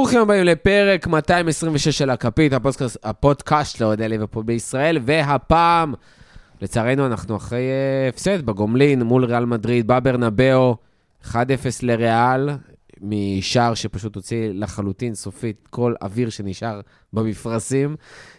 ברוכים הבאים לפרק 226 של הקפית, הפודקאסט לאוהדי ליברפול בישראל, והפעם, לצערנו, אנחנו אחרי הפסד בגומלין מול ריאל מדריד, בברנבאו, 1-0 לריאל, משער שפשוט הוציא לחלוטין סופית כל אוויר שנשאר במפרשים.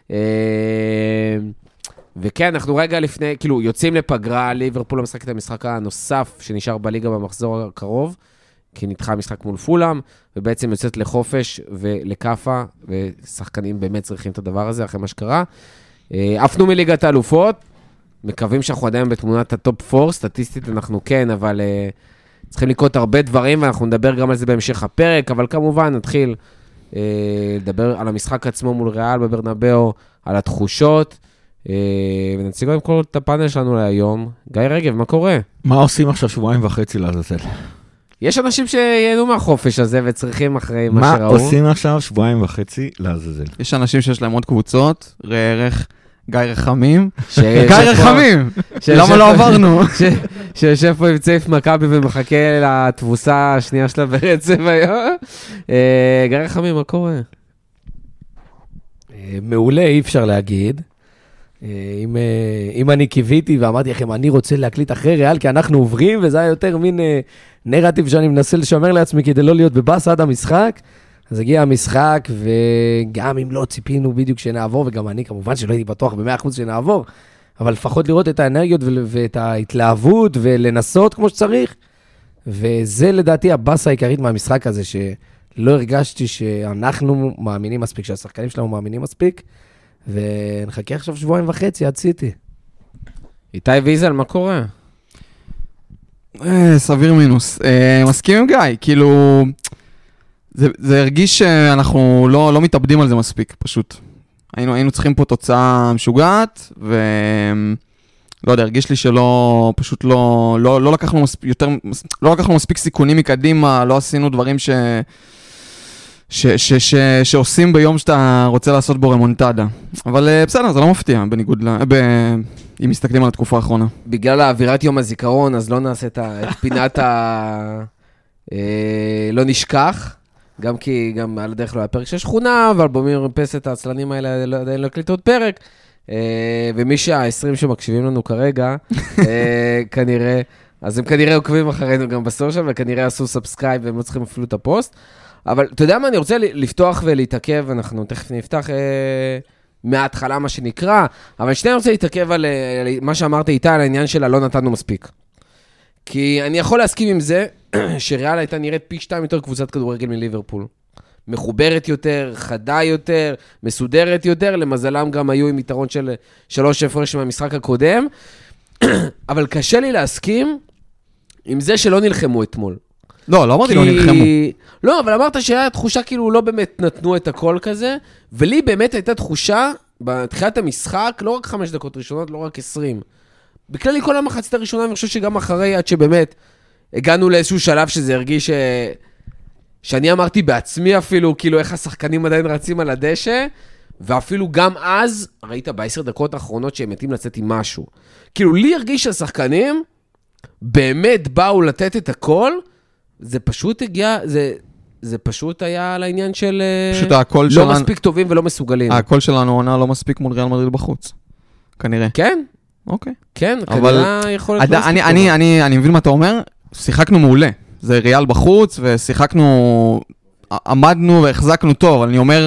וכן, אנחנו רגע לפני, כאילו, יוצאים לפגרה, ליברפול לא משחק את המשחק הנוסף שנשאר בליגה במחזור הקרוב, כי נדחה משחק מול פולאם, ובעצם יוצאת לחופש ולקפה, ושחקנים באמת צריכים את הדבר הזה אחרי מה שקרה. עפנו מליגת האלופות, מקווים שאנחנו עדיין בתמונת הטופ 4, סטטיסטית אנחנו כן, אבל צריכים לקרות הרבה דברים, ואנחנו נדבר גם על זה בהמשך הפרק, אבל כמובן נתחיל לדבר על המשחק עצמו מול ריאל בברנבאו, על התחושות, ונציג קודם כל את הפאנל שלנו להיום. גיא רגב, מה קורה? מה עושים עכשיו 2.5 לעזאזל? יש אנשים שיהנו מהחופש הזה וצריכים אחרי מה שראו. מה עושים עכשיו 2.5 לעזאזל? יש אנשים שיש להם עוד קבוצות, ראה ערך, גיא רחמים. גיא רחמים! למה לא עברנו? שיושב פה עם צייף מכבי ומחכה לתבוסה השנייה שלה ברצף היום. גיא רחמים, מה קורה? מעולה, אי אפשר להגיד. אם אני קיוויתי ואמרתי לכם, אני רוצה להקליט אחרי ריאל, כי אנחנו עוברים, וזה היה יותר מין נרטיב שאני מנסה לשמר לעצמי כדי לא להיות בבאס עד המשחק. אז הגיע המשחק, וגם אם לא ציפינו בדיוק שנעבור, וגם אני כמובן שלא הייתי בטוח ב100% שנעבור, אבל לפחות לראות את האנרגיות ואת ההתלהבות, ולנסות כמו שצריך. וזה לדעתי הבאס העיקרית מהמשחק הזה, שלא הרגשתי שאנחנו מאמינים מספיק, שהשחקנים שלנו מאמינים מספיק, ונחכה עכשיו 2.5 עד סיטי. איתי ויזל, מה קורה? סביר מינוס. מסכים עם גיא, כאילו, זה הרגיש שאנחנו לא מתאבדים על זה מספיק, פשוט. היינו צריכים פה תוצאה משוגעת, לא יודע, הרגיש לי שלא, פשוט לא לקחנו מספיק סיכונים מקדימה, לא עשינו דברים שעושים ביום שאתה רוצה לעשות בו רמונטדה. אבל בסדר, זה לא מפתיע, בניגוד אם מסתכלים על התקופה האחרונה. בגלל האווירת יום הזיכרון, אז לא נעשה את פינת לא נשכח, גם כי גם על הדרך לא היה פרק של שכונה, אבל בואו נרפס את העצלנים האלה, עדיין לא הקליטו עוד פרק, ומי שה-20 שמקשיבים לנו כרגע, כנראה, אז הם כנראה עוקבים אחרינו גם בסושיאל, וכנראה עשו סאבסקרייב, והם לא צריכים אפילו את הפוסט, אבל אתה יודע מה, אני רוצה לפתוח ולהתעכב, אנחנו תכף נפתח מההתחלה מה שנקרא, אבל שנייה אני רוצה להתעכב על מה שאמרת איתה, על העניין שלה לא נתנו מספיק. כי אני יכול להסכים עם זה, שריאל הייתה נראית פי 2 יותר קבוצת כדורגל מליברפול. מחוברת יותר, חדה יותר, מסודרת יותר, למזלם גם היו עם יתרון של 3 הפרש מהמשחק הקודם, אבל קשה לי להסכים עם זה שלא נלחמו אתמול. לא אמרתי לא נלחמו. לא, אבל אמרת שהיה תחושה כאילו לא באמת נתנו את הכל כזה, ולי באמת הייתה תחושה, בתחילת המשחק, לא רק 5 דקות ראשונות, לא רק 20. בכללי כל המחצית הראשונה, אני חושב שגם אחרי, עד שבאמת הגענו לאיזשהו שלב שזה הרגיש שאני אמרתי בעצמי אפילו, כאילו איך השחקנים עדיין רצים על הדשא, ואפילו גם אז, ראית ב10 דקות האחרונות שהם מתים לצאת עם משהו. כאילו לי הרגיש שהשחקנים באמת באו לתת את הכל, זה פשוט הגיע, זה פשוט היה על העניין של לא מספיק טובים ולא מסוגלים. הקול שלנו עונה לא מספיק מול ריאל מדריד בחוץ. כנראה. כן? אוקיי. כן, כנראה יכול להיות לא מספיק טוב. אני מבין מה אתה אומר, שיחקנו מעולה. זה ריאל בחוץ, ושיחקנו, עמדנו והחזקנו טוב, אבל אני אומר,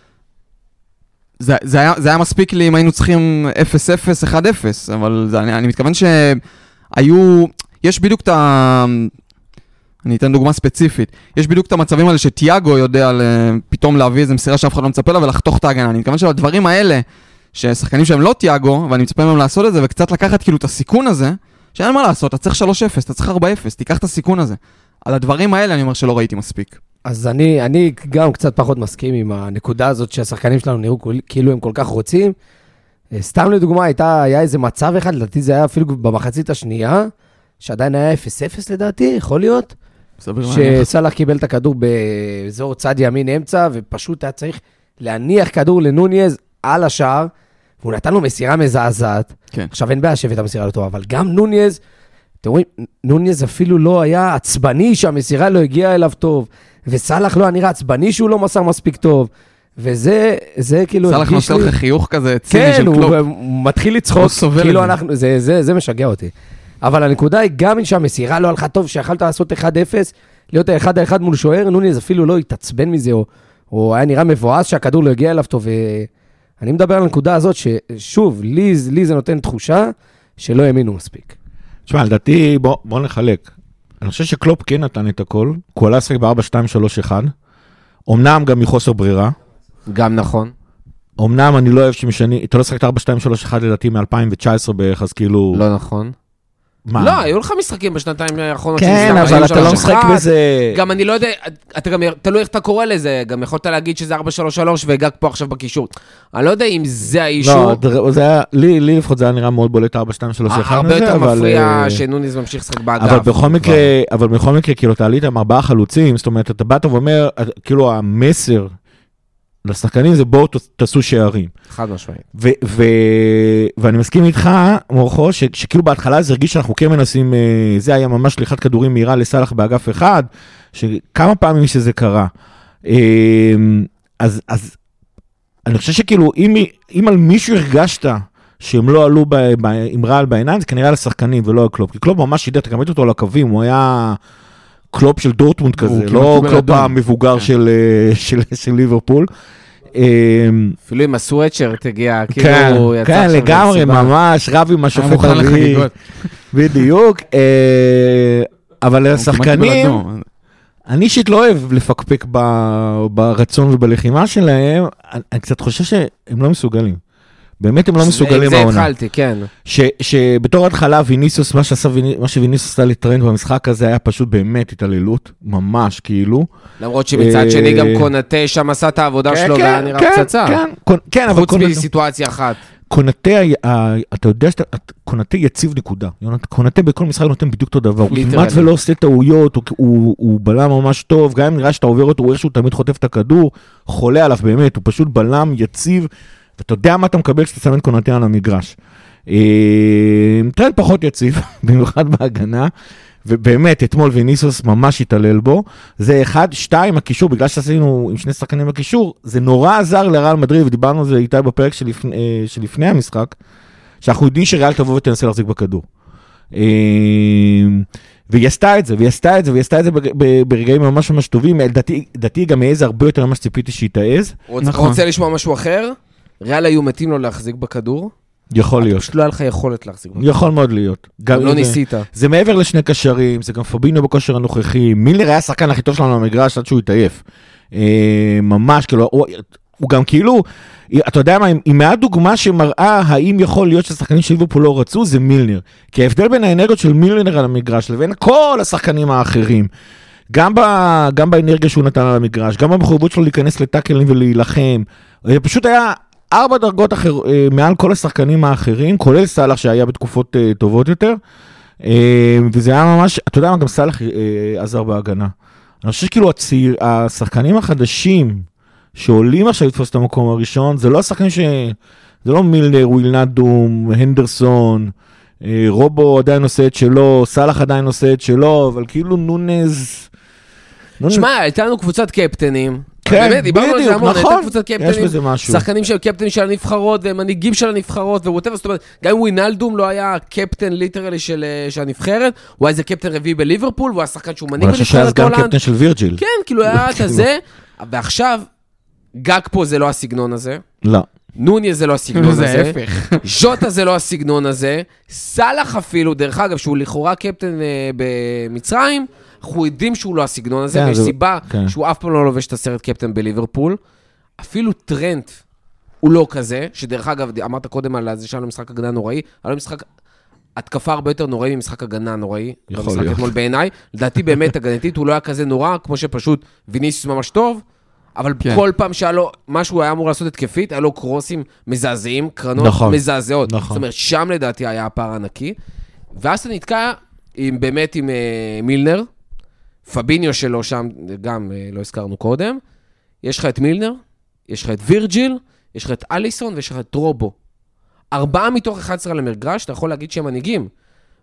זה היה מספיק לי אם היינו צריכים 0-0, 1-0, אבל אני מתכוון שהיו, יש בדיוק את אני אתן דוגמה ספציפית. יש בדיוק את המצבים האלה שתיאגו יודע פתאום להביא איזו מסירה שאף אחד לא מצפה לה ולחתוך את ההגנה. אני מתכוון שהדברים האלה, ששחקנים שהם לא תיאגו, ואני מצפה מהם לעשות את זה, וקצת לקחת כאילו את הסיכון הזה, שאין מה לעשות, אתה צריך 3-0, אתה צריך 4-0, תיקח את הסיכון הזה. על הדברים האלה אני אומר שלא ראיתי מספיק. אז אני גם קצת פחות מסכים עם הנקודה הזאת שהשחקנים שלנו נראו כאילו הם כל כך רוצים. סתם לדוגמה, היה איזה מצב אחד, לדעתי זה היה אפילו במחצית השנייה, שעדיין היה 0-0 לדעתי, יכול להיות, שסלח קיבל את הכדור באזור צד ימין אמצע, ופשוט היה צריך להניח כדור לנוניז על השער, והוא נתן לו מסירה מזעזעת. כן. עכשיו אין בעיה שבת המסירה לא טובה, אבל גם נוניז, אתם רואים, נוניז אפילו לא היה עצבני שהמסירה לא הגיעה אליו טוב. וסלח לא, אני עצבני שהוא לא מסר מספיק טוב, וזה כאילו... סלח נושא לך חיוך כזה ציני כן, של קלופ. הוא מתחיל לצחוק, הוא סובל כאילו את זה. אנחנו, זה משגע אותי. אבל הנקודה היא, גם אם שהמסירה לא הלכה טוב, שיכלת לעשות 1-0, להיות 1-1 מול שוער, נוניז אפילו לא התעצבן מזה, או היה נראה מבואס שהכדור לא הגיע אליו טוב, ואני מדבר על הנקודה הזאת, ששוב, לי זה נותן תחושה שלא האמינו מספיק. תשמע, לדעתי, בוא נחלק. אני חושב שקלופ כן נתן את הכל, הוא עלה לשחק ב-4-2-3-1, אמנם גם מחוסר ברירה, גם נכון. אמנם אני לא אוהב שמשני, אתה לא שחקת 4-2-3-1 לדעתי מ-2019 בערך, אז כאילו... לא נכון. מה? לא, היו לך משחקים בשנתיים האחרונות. כן, אבל אתה לא משחק בזה... גם אני לא יודע, אתה גם תלוי איך אתה קורא לזה, גם יכולת להגיד שזה 4-3-3 וגג פה עכשיו בקישור. אני לא יודע אם זה האישור. לא, זה היה, לי לפחות זה היה נראה מאוד בולט 4-2-3-1 הרבה יותר מפריע שנוניז ממשיך לשחק באגף. אבל בכל מקרה, כאילו, אתה עלית עם 4 חלוצים, זאת אומרת, אתה באת ואומר, כאילו, המסר לשחקנים זה בואו תעשו שערים. חד משמעית. ואני מסכים איתך, מורכו, שכאילו בהתחלה זה הרגיש שאנחנו כן מנסים, זה היה ממש שליחת כדורים מהירה לסלח באגף אחד, שכמה פעמים שזה קרה. אז אני חושב שכאילו, אם על מישהו הרגשת שהם לא עלו עם רעל בעיניים, זה כנראה על השחקנים ולא על קלופ. כי קלופ ממש ידע, אתה גם ראית אותו על הקווים, הוא היה קלופ של דורטמונד כזה, לא קלופ המבוגר של ליברפול. אפילו עם הסוואטשרט הגיע, כאילו יצא כן, לגמרי, ממש, רב עם השופט הרביעי. בדיוק. אבל השחקנים, אני אישית לא אוהב לפקפק ברצון ובלחימה שלהם, אני קצת חושב שהם לא מסוגלים. באמת הם לא מסוגלים העונה. זה התחלתי, כן. שבתור התחלה ויניסיוס, מה שוויניסיוס עשה לטרנד במשחק הזה היה פשוט באמת התעללות, ממש כאילו. למרות שמצד שני גם קונטה שם עשה את העבודה שלו והיה נראה פצצה. כן, חוץ מסיטואציה אחת. קונטה, אתה יודע קונטה יציב נקודה. קונטה בכל משחק נותן בדיוק אותו דבר. הוא כמעט ולא עושה טעויות, הוא בלם ממש טוב, גם אם נראה שאתה עובר אותו, הוא איכשהו תמיד חוטף את הכדור, חולה עליו באמת, הוא פשוט בלם יציב, ואתה יודע מה אתה מקבל כשאתה שם את קונטה על המגרש. טרנד פחות יציב, במיוחד בהגנה, ובאמת, אתמול ויניסיוס ממש התעלל בו, זה 1, 2, הקישור, בגלל שעשינו עם שני שחקנים בקישור, זה נורא עזר לריאל מדריד, ודיברנו על זה איתי בפרק שלפני המשחק, שאנחנו יודעים שריאל תבוא ותנסה להחזיק בכדור. והיא עשתה את זה ברגעים ממש ממש טובים, דעתי גם העז הרבה יותר ממה שציפיתי שהיא תעז. רוצה לשמוע משהו אחר? ריאל היו מתים לו להחזיק בכדור? יכול להיות. פשוט לא היה לך יכולת להחזיק בכדור. יכול מאוד להיות. גם לא ניסית. זה מעבר לשני קשרים, זה גם פביניו בכושר הנוכחי, מילר היה השחקן הכי טוב שלנו במגרש עד שהוא התעייף. ממש, כאילו, הוא גם כאילו, אתה יודע מה, אם מהדוגמה שמראה האם יכול להיות שהשחקנים של ליברפול לא רצו, זה מילנר. כי ההבדל בין האנרגיות של מילנר על המגרש לבין כל השחקנים האחרים, גם באנרגיה שהוא נתן על המגרש, גם במחויבות שלו להיכנס לטאקלים ולהילחם, פשוט היה 4 דרגות מעל כל השחקנים האחרים, כולל סלח שהיה בתקופות טובות יותר, וזה היה ממש, אתה יודע מה, גם סלח עזר בהגנה. אני חושב שכאילו השחקנים החדשים שעולים עכשיו לתפוס את המקום הראשון, זה לא השחקנים זה לא מילנר, ווילנדום, הנדרסון, רובו עדיין עושה את שלו, סלח עדיין עושה את שלו, אבל כאילו נונז... שמע, הייתה לנו קבוצת קפטנים, כן, דיברנו על זה המון, הייתה קבוצת יש בזה משהו. שחקנים של קפטנים של הנבחרות, ומנהיגים של הנבחרות, ווואטאבר, זאת אומרת, גם אם ווינלדום לא היה קפטן ליטרלי של הנבחרת, הוא היה איזה קפטן רביעי בליברפול, והוא היה שחקן שהוא מנהיג בנבחרת הולנד. גם קפטן של וירג'יל. כן, כאילו היה כזה, ועכשיו, גג פה זה לא הסגנון הזה. לא. נוני זה לא הסגנון הזה. ז'וטה זה לא הסגנון הזה. סלח אפילו, דרך אגב, שהוא לכאורה קפטן במצרים, אנחנו יודעים שהוא לא הסגנון הזה, ויש סיבה שהוא אף פעם לא לובש את הסרט קפטן בליברפול. אפילו טרנט הוא לא כזה, שדרך אגב, אמרת קודם על זה שהיה לו משחק הגנה נוראי, היה לו משחק התקפה הרבה יותר נוראי ממשחק הגנה נוראי, במשחק אתמול בעיניי. לדעתי באמת הגנתית הוא לא היה כזה נורא, כמו שפשוט ויניסיוס ממש טוב, אבל כל פעם שהיה לו, משהו היה אמור לעשות התקפית, היה לו קרוסים מזעזעים, קרנות מזעזעות. זאת אומרת, שם לדעתי היה הפער ענקי. ואז אתה נתקע באמת עם מילנר, פביניו שלו שם, גם לא הזכרנו קודם. יש לך את מילנר, יש לך את וירג'יל, יש לך את אליסון ויש לך את רובו. 4 מתוך 11 על המגרש, אתה יכול להגיד שהם מנהיגים.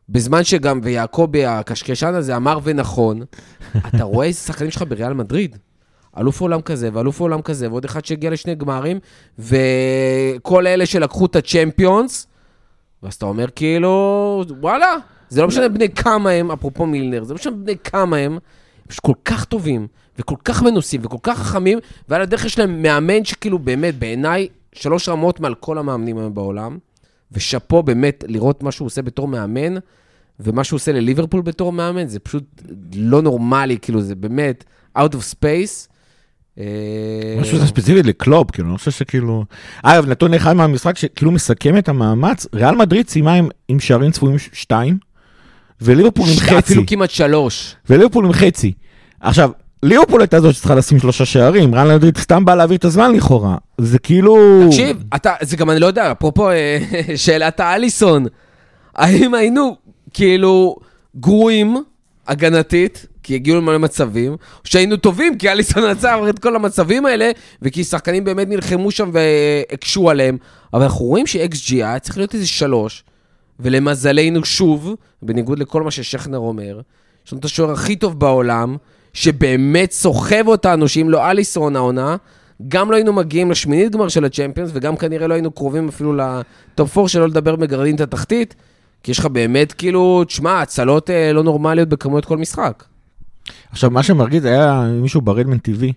בזמן שגם, ויעקובי הקשקשן הזה אמר ונכון, אתה רואה איזה שחקנים שלך בריאל מדריד. אלוף עולם כזה, ואלוף עולם כזה, ועוד אחד שהגיע לשני גמרים, וכל אלה שלקחו את הצ'מפיונס, ואז אתה אומר כאילו, וואלה, זה לא משנה בני כמה הם, אפרופו מילנר, זה לא משנה בני כמה הם כל כך טובים, וכל כך מנוסים, וכל כך חכמים, ועל הדרך יש להם מאמן שכאילו באמת, בעיניי, 3 רמות מעל כל המאמנים היום בעולם, ושפו באמת לראות מה שהוא עושה בתור מאמן, ומה שהוא עושה לליברפול בתור מאמן, זה פשוט לא נורמלי, כאילו זה באמת out of space. משהו זה ספציפית לקלופ, כאילו, אני חושב שכאילו... אגב, נתון אחד מהמשחק שכאילו מסכם את המאמץ, ריאל מדריד סיימה עם שערים צפויים 2, וליברפול עם חצי. אפילו כמעט 3. וליברפול עם חצי. עכשיו, ליברפול הייתה זאת שצריכה לשים 3 שערים, ריאל מדריד סתם בא להעביר את הזמן לכאורה. זה כאילו... תקשיב, זה גם אני לא יודע, אפרופו שאלת האליסון, האם היינו כאילו גרועים הגנתית, כי הגיעו למלא מצבים, או שהיינו טובים, כי אליסון עצר את כל המצבים האלה, וכי שחקנים באמת נלחמו שם והקשו עליהם, אבל אנחנו רואים ש-XG היה צריך להיות איזה 3, ולמזלנו שוב, בניגוד לכל מה ששכנר אומר, יש לנו את השוער הכי טוב בעולם, שבאמת סוחב אותנו, שאם לא אליסון העונה, גם לא היינו מגיעים לשמינית גמר של הצ'מפיונס, וגם כנראה לא היינו קרובים אפילו לטופ 4 שלא לדבר מגרדים את התחתית, כי יש לך באמת כאילו, תשמע, הצלות לא נורמליות בכמויות כל משחק. עכשיו, מה שמרגיז היה מישהו ברדמן TV,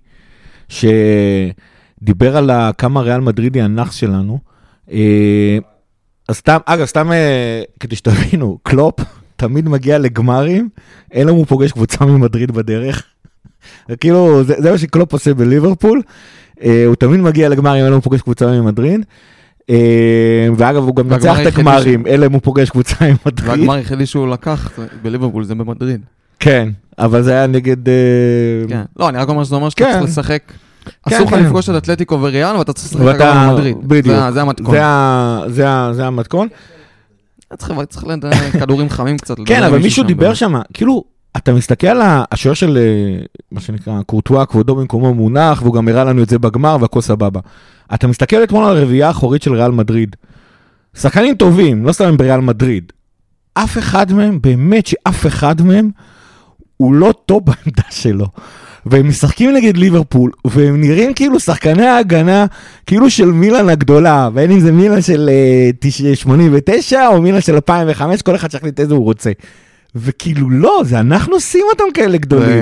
שדיבר על כמה ריאל מדריד היא הנאחס שלנו. אז סתם, כדי שתבינו, קלופ תמיד מגיע לגמרים, אלא הוא פוגש קבוצה ממדריד בדרך. כאילו, זה מה שקלופ עושה בליברפול, הוא תמיד מגיע לגמרים, אלא הוא פוגש קבוצה ממדריד. ואגב, הוא גם נצח את הגמרים, אלא הוא פוגש קבוצה ממדריד. והגמר היחידי שהוא לקח בליברפול זה במדריד. כן, אבל זה היה נגד... כן. לא, אני רק אומר שזה אומר שאתה צריך לשחק. אסור לך לפגוש את אתלטיקו וריאל, ואתה צריך לשחק גם במדריד. בדיוק. זה המתכון. זה המתכון. צריך כדורים חמים קצת. כן, אבל מישהו דיבר שם, כאילו, אתה מסתכל על השוער של, מה שנקרא, קורטואה, כבודו במקומו מונח, והוא גם הראה לנו את זה בגמר, והכל סבבה. אתה מסתכל אתמול על הרביעייה האחורית של ריאל מדריד. שחקנים טובים, לא סתם בריאל מדריד. אף אחד מהם, באמת שאף אחד מהם, הוא לא טוב בעמדה שלו. והם משחקים נגד ליברפול, והם נראים כאילו שחקני ההגנה, כאילו של מילאן הגדולה, ואין אם זה מילאן של 89, או מילאן של 2005, כל אחד שחליט איזה הוא רוצה. וכאילו לא, זה אנחנו עושים אותם כאלה גדולים.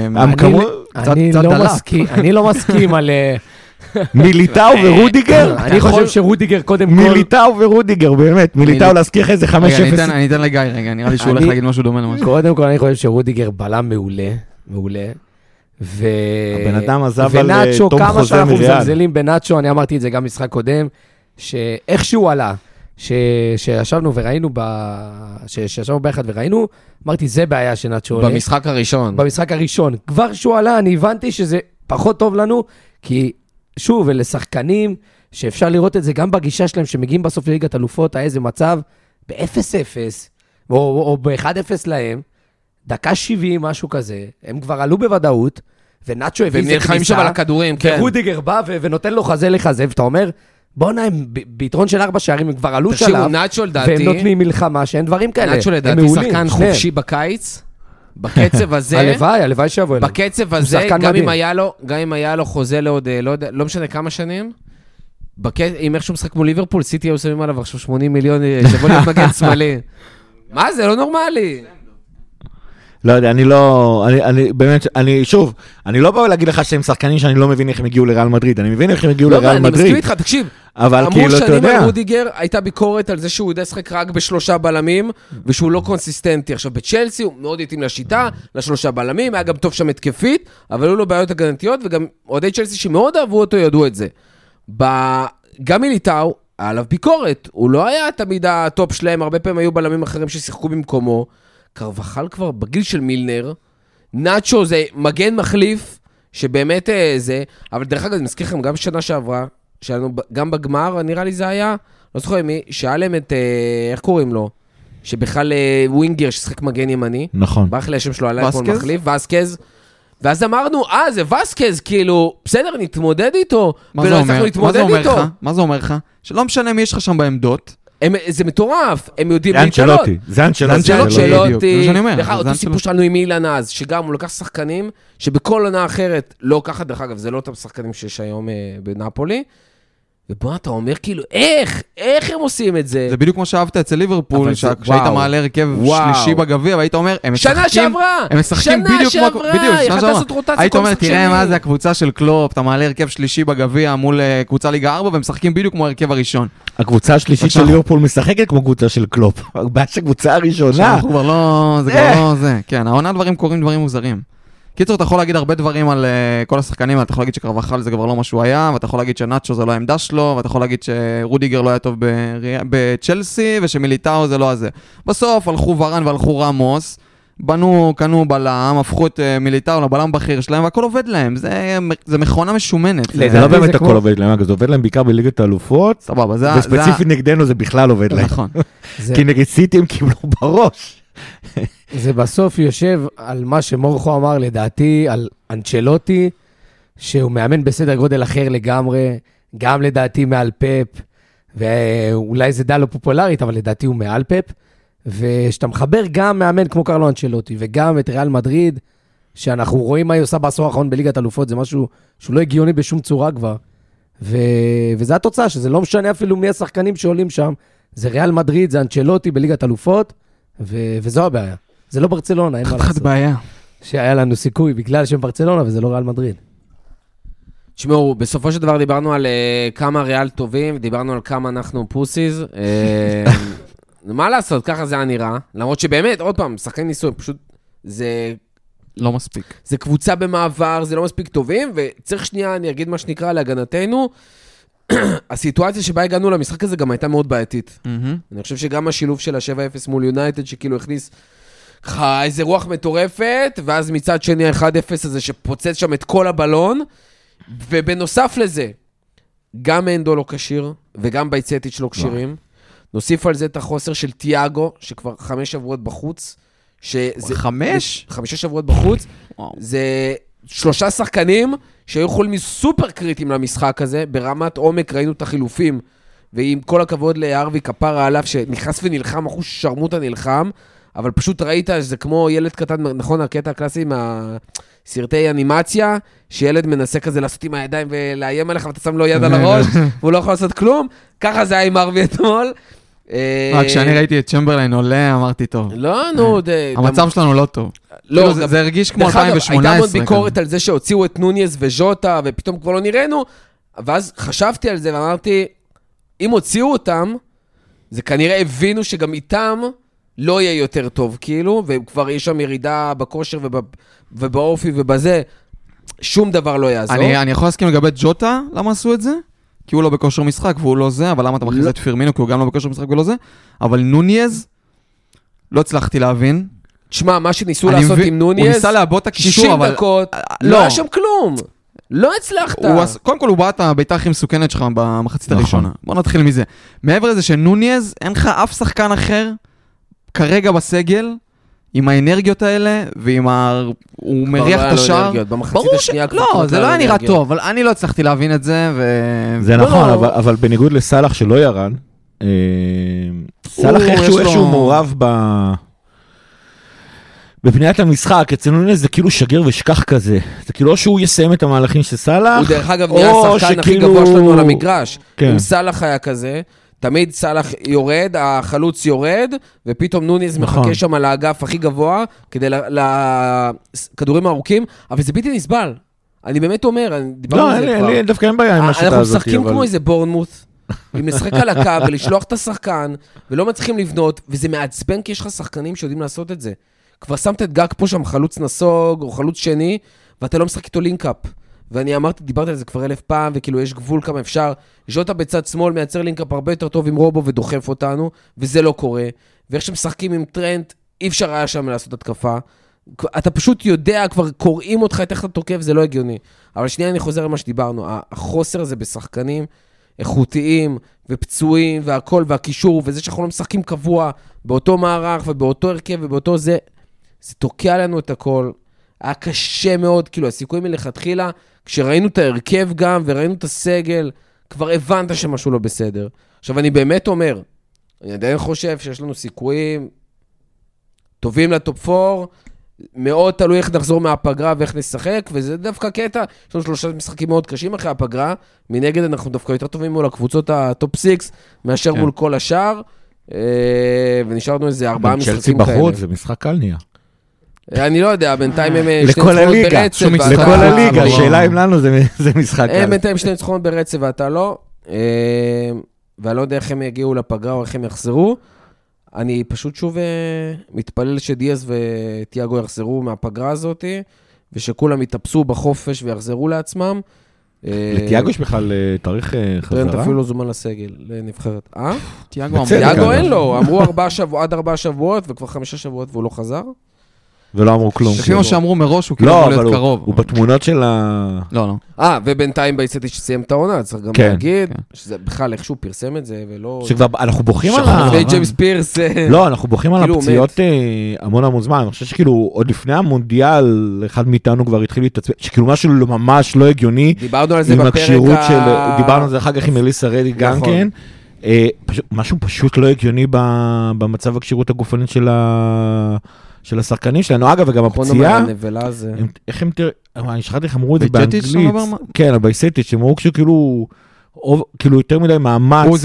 אני לא מסכים על... מיליטאו ורודיגר? אני חושב שרודיגר קודם כל... מיליטאו ורודיגר, באמת. מיליטאו להזכיר איזה 5-0. אני אתן לגיא רגע, נראה לי שהוא הולך להגיד משהו דומה למשהו. קודם כל אני חושב שרודיגר בלם מעולה, מעולה. הבן אדם עזב על ונאצ'ו, תום כמה חוזה שאנחנו מריאל. מזלזלים בנאצ'ו, אני אמרתי את זה גם משחק קודם, שאיכשהו עלה, שישבנו וראינו, שישבנו ביחד וראינו, אמרתי, זה בעיה שנאצ'ו עולה. במשחק הראשון. במשחק הראשון. כבר שהוא עלה, אני הבנתי שזה פחות טוב לנו, כי שוב, אלה שחקנים שאפשר לראות את זה גם בגישה שלהם, שמגיעים בסוף לליגת אלופות, היה איזה מצב ב-0-0, או ב-1-0 להם, דקה 70, משהו כזה, הם כבר עלו בוודאות, ונאצ'ו הביא איזה כניסה, והם שם על הכדורים, כן. ורודיגר בא ונותן לו חזה לחזה, ואתה אומר, בוא נעים, ביתרון של 4 שערים, הם כבר עלו שלב, והם נותנים מלחמה, שאין דברים כאלה. נאצ'ו לדעתי שחקן חופשי בקיץ, בקצב הזה, הלוואי שיבוא אליו. בקצב הזה, גם אם היה לו חוזה לעוד, לא משנה כמה שנים, אם איכשהו משחק מול ליברפול, סיטי היו שמים עליו עכשיו 80 מיליון, שבוא להיות מגן שמאלי. מה זה? לא נורמלי. לא יודע, שוב, אני לא בא להגיד לך שהם שחקנים שאני לא מבין איך הם הגיעו לריאל מדריד, אני מבין איך הם הגיעו לריאל מדריד. אני מסכים איתך, תקשיב, אבל כאילו, אתה יודע. אמרו שנים על רודיגר, הייתה ביקורת על זה שהוא יודע לשחק רק ב3 בלמים, ושהוא לא קונסיסטנטי. עכשיו, בצ'לסי הוא מאוד התאים לשיטה, ל3 בלמים, היה גם טוב שם התקפית, אבל היו לו בעיות הגנתיות, וגם אוהדי צ'לסי שמאוד אהבו אותו, ידעו את זה. גם מיליטאו, היה עליו ביקורת, הוא לא היה תמיד הטופ שלהם, הרבה פעמים היו בלמים אחרים ששיחקו במקומו. קרבחל כבר בגיל של מילנר, נאצ'ו זה מגן מחליף, שבאמת זה, אבל דרך אגב, אני מזכיר לכם, גם בשנה שעברה, גם בגמר, נראה לי זה היה, לא זוכר מי, שאל להם את, איך קוראים לו? שבכלל ווינגר ששחק מגן ימני, נכון. ברח לי השם שלו, עליי כל מחליף, וסקז, ואז אמרנו, זה וסקז, כאילו, בסדר, נתמודד איתו, ולא הצלחנו להתמודד איתו. מה זה אומר לך? שלא משנה מי יש לך שם בעמדות, זה מטורף, הם יודעים זה אנצ'לוטי, זה אנצ'לוטי. אותו סיפור שלנו עם אילן אז, שגם הוא לקח שחקנים, שבכל עונה אחרת, לא ככה, דרך אגב, זה לא אותם שחקנים שיש היום בנאפולי, ובוא אתה אומר כאילו, איך הם עושים את זה? זה בדיוק כמו שאהבת אצל ליברפול, כשהיית מעלה הרכב שלישי בגביע, והיית אומר, הם משחקים בדיוק כמו... היית אומר, תראה מה זה הקבוצה של קלופ, אתה מעלה הרכב שלישי בגביע מול קבוצה ליגה 4, והם משחקים בדיוק כמו הרכב הראשון. הקבוצה השלישית של ליברפול משחקת כמו קבוצה של קלופ. הבעיה שהקבוצה הראשונה. זה כבר לא זה. כן, העונה דברים קורים דברים מוזרים. קיצור, אתה יכול להגיד הרבה דברים על כל השחקנים, אתה יכול להגיד שקרבחל זה כבר לא מה שהוא היה, ואתה יכול להגיד שנאצ'ו זה לא העמדה שלו, ואתה יכול להגיד שרודיגר לא היה טוב בצ'לסי, ושמיליטאו זה לא הזה. בסוף הלכו ורן והלכו רמוס, קנו בלם, הפכו את מיליטאו לבלם בכיר שלהם, והכל עובד להם. זה מכונה משומנת. זה לא באמת הכל עובד להם, זה עובד להם בעיקר בליגת האלופות, סבבה, וספציפית נגדנו זה בכלל עובד להם. נכון. כי נגד סיטי הם קיבלו בראש. זה בסוף יושב על מה שמורכו אמר לדעתי, על אנצ'לוטי, שהוא מאמן בסדר גודל אחר לגמרי, גם לדעתי מעל פפ, ואולי זה די לא פופולרית, אבל לדעתי הוא מעל פפ, ושאתה מחבר גם מאמן כמו קרלו אנצ'לוטי, וגם את ריאל מדריד, שאנחנו רואים מה היא עושה בעשור האחרון בליגת אלופות, זה משהו שהוא לא הגיוני בשום צורה כבר, וזה התוצאה, שזה לא משנה אפילו מי השחקנים שעולים שם, זה ריאל מדריד, זה אנצ'לוטי בליגת אלופות, וזו הבעיה. זה לא ברצלונה, אין מה לעשות. בעיה. שהיה לנו סיכוי בגלל שהם ברצלונה, וזה לא ריאל מדריד. תשמעו, בסופו של דבר דיברנו על כמה ריאל טובים, דיברנו על כמה אנחנו פוסיז. מה לעשות, ככה זה היה נראה. למרות שבאמת, עוד פעם, שחקנים ניסוי, פשוט זה... לא מספיק. זה קבוצה במעבר, זה לא מספיק טובים, וצריך שנייה, אני אגיד מה שנקרא להגנתנו, הסיטואציה שבה הגענו למשחק הזה גם הייתה מאוד בעייתית. אני חושב שגם השילוב של ה-7-0 מול יונייטד, שכאילו הכניס איזה רוח מטורפת, ואז מצד שני ה-1-0 הזה שפוצץ שם את כל הבלון, ובנוסף לזה, גם אנדו לא קשיר, וגם בייצטיץ' לא קשירים. נוסיף על זה את החוסר של תיאגו, שכבר 5 שבועות בחוץ. 5? 5 שבועות בחוץ. זה 3 שחקנים שהיו יכולים סופר קריטיים למשחק הזה, ברמת עומק ראינו את החילופים, ועם כל הכבוד לארווי כפרה עליו, שנכנס ונלחם, אחוז שרמוטה נלחם, אבל פשוט ראית שזה כמו ילד קטן, נכון, הקטע הקלאסי עם הסרטי אנימציה, שילד מנסה כזה לעשות עם הידיים ולאיים עליך, ואתה שם לו יד על הראש, והוא לא יכול לעשות כלום, ככה זה היה עם ארווי אתמול. כשאני ראיתי את צ'מברליין עולה, אמרתי טוב. לא, נו, המצב שלנו לא טוב. לא, זה הרגיש כמו 2018. הייתה מאוד ביקורת על זה שהוציאו את נוניז וז'וטה, ופתאום כבר לא נראינו, ואז חשבתי על זה ואמרתי, אם הוציאו אותם, זה כנראה הבינו שגם איתם לא יהיה יותר טוב, כאילו, וכבר יש שם ירידה בכושר ובאופי ובזה, שום דבר לא יעזור. אני יכול להסכים לגבי ג'וטה, למה עשו את זה? כי הוא לא בכושר משחק והוא לא זה, אבל למה אתה מכניס את פירמינו? כי הוא גם לא בכושר משחק ולא זה. אבל נוניז, לא הצלחתי להבין. תשמע, מה שניסו לעשות עם נוניז, הוא ניסה להבוא את הקישור, אבל... 60 דקות, לא היה שם כלום. לא הצלחת. קודם כל הוא בא את הביתה הכי מסוכנת שלך במחצית הראשונה. בוא נתחיל מזה. מעבר לזה שנוניז, אין לך אף שחקן אחר, כרגע בסגל, עם האנרגיות האלה, ועם הוא מריח את השער. ברור לא, זה לא היה נראה טוב, אבל אני לא הצלחתי להבין את זה, זה נכון, אבל בניגוד לסלח שלא ירד, סלח איכשהו מעורב בבניית המשחק, אצל נוניז זה כאילו שגר ושכח כזה. זה כאילו או שהוא יסיים את המהלכים של סלח, הוא דרך אגב נהיה השחקן הכי גבוה שלנו על המגרש. אם סלח היה כזה, תמיד סלח יורד, החלוץ יורד, ופתאום נוניז מחכה שם על האגף הכי גבוה, כדי לכדורים הארוכים, אבל זה בלתי נסבל. אני באמת אומר, לא, אין דווקא אין בעיה עם השיטה הזאת. אנחנו משחקים כמו איזה בורנמוט, עם משחק על הקו, ולשלוח את השחקן, ולא מצליחים לבנות, וזה מעצבן כי יש לך שחקנים שיודעים לעשות את זה. כבר שמת את גג פה שם חלוץ נסוג, או חלוץ שני, ואתה לא משחק איתו לינקאפ. ואני דיברתי על זה כבר 1000 פעם, וכאילו יש גבול כמה אפשר. ז'וטה בצד שמאל מייצר לינקאפ הרבה יותר טוב עם רובו ודוחף אותנו, וזה לא קורה. ואיך שמשחקים עם טרנט, אי אפשר היה שם לעשות התקפה. אתה פשוט יודע, כבר קוראים אותך את איך אתה תוקף, זה לא הגיוני. אבל שנייה אני חוזר למה שדיברנו. החוסר הזה בשחקנים איכותיים ופצועים והכל והקישור, וזה שאנחנו לא משחקים קבוע באותו מערך ובאותו הרכב ובאותו זה תוקע לנו את הכל. היה קשה מאוד, כאילו הסיכוי מלכתחילה, כשראינו את ההרכב גם וראינו את הסגל, כבר הבנת שמשהו לא בסדר. עכשיו אני באמת אומר, אני עדיין חושב שיש לנו סיכויים טובים לטופ 4, מאוד תלוי איך נחזור מהפגרה ואיך נשחק, וזה דווקא קטע, יש לנו 3 משחקים מאוד קשים אחרי הפגרה, מנגד אנחנו דווקא יותר טובים מול הקבוצות הטופ 6, מאשר מול כל השאר, ונשארנו איזה 4 משחקים כאלה. צ'לסי בחוץ, זה משחק קל נהיה. אני לא יודע, בינתיים הם שני לכל ניצחונות הליגה, ברצף. לכל הליגה, השאלה אם לנו זה משחק קל. הם בינתיים שני ניצחונות ברצף ואתה לא, ואני לא יודע איך הם יגיעו לפגרה או איך הם יחזרו. אני פשוט שוב מתפלל שדיאז וטיאגו יחזרו מהפגרה הזאת, ושכולם יתאפסו בחופש ויחזרו לעצמם. לטיאגו יש בכלל תאריך חזרה? טרנט אפילו לא זומן לסגל, לנבחרת. טיאגו אין לו, אמרו עד 4 שבועות, וכבר 5 שבועות והוא לא חזר. ולא אמרו כלום. לפי מה שאמרו מראש, הוא כאילו יכול להיות קרוב. הוא בתמונות של ה... לא. ובינתיים בייסטי שסיים את העונה, צריך גם להגיד, שזה בכלל איכשהו פרסם את זה, ולא... שכבר, אנחנו בוכים על ה... ג'יימס פירס... לא, אנחנו בוכים על הפציעות המון זמן, אני חושב שכאילו עוד לפני המונדיאל, אחד מאיתנו כבר התחיל להתעצבן, שכאילו משהו ממש לא הגיוני, דיברנו על זה בפרק דיברנו על זה אחר כך עם אליסה רדי גם כן, משהו פשוט לא הגיוני במצב הקשירות הגופנית של השחקנים שלנו, אגב, וגם הפציעה, איך הם תראה, אני שכחתי איך אמרו את זה באנגלית, כן, בייסטיץ', הם אמרו כאילו יותר מדי מאמץ.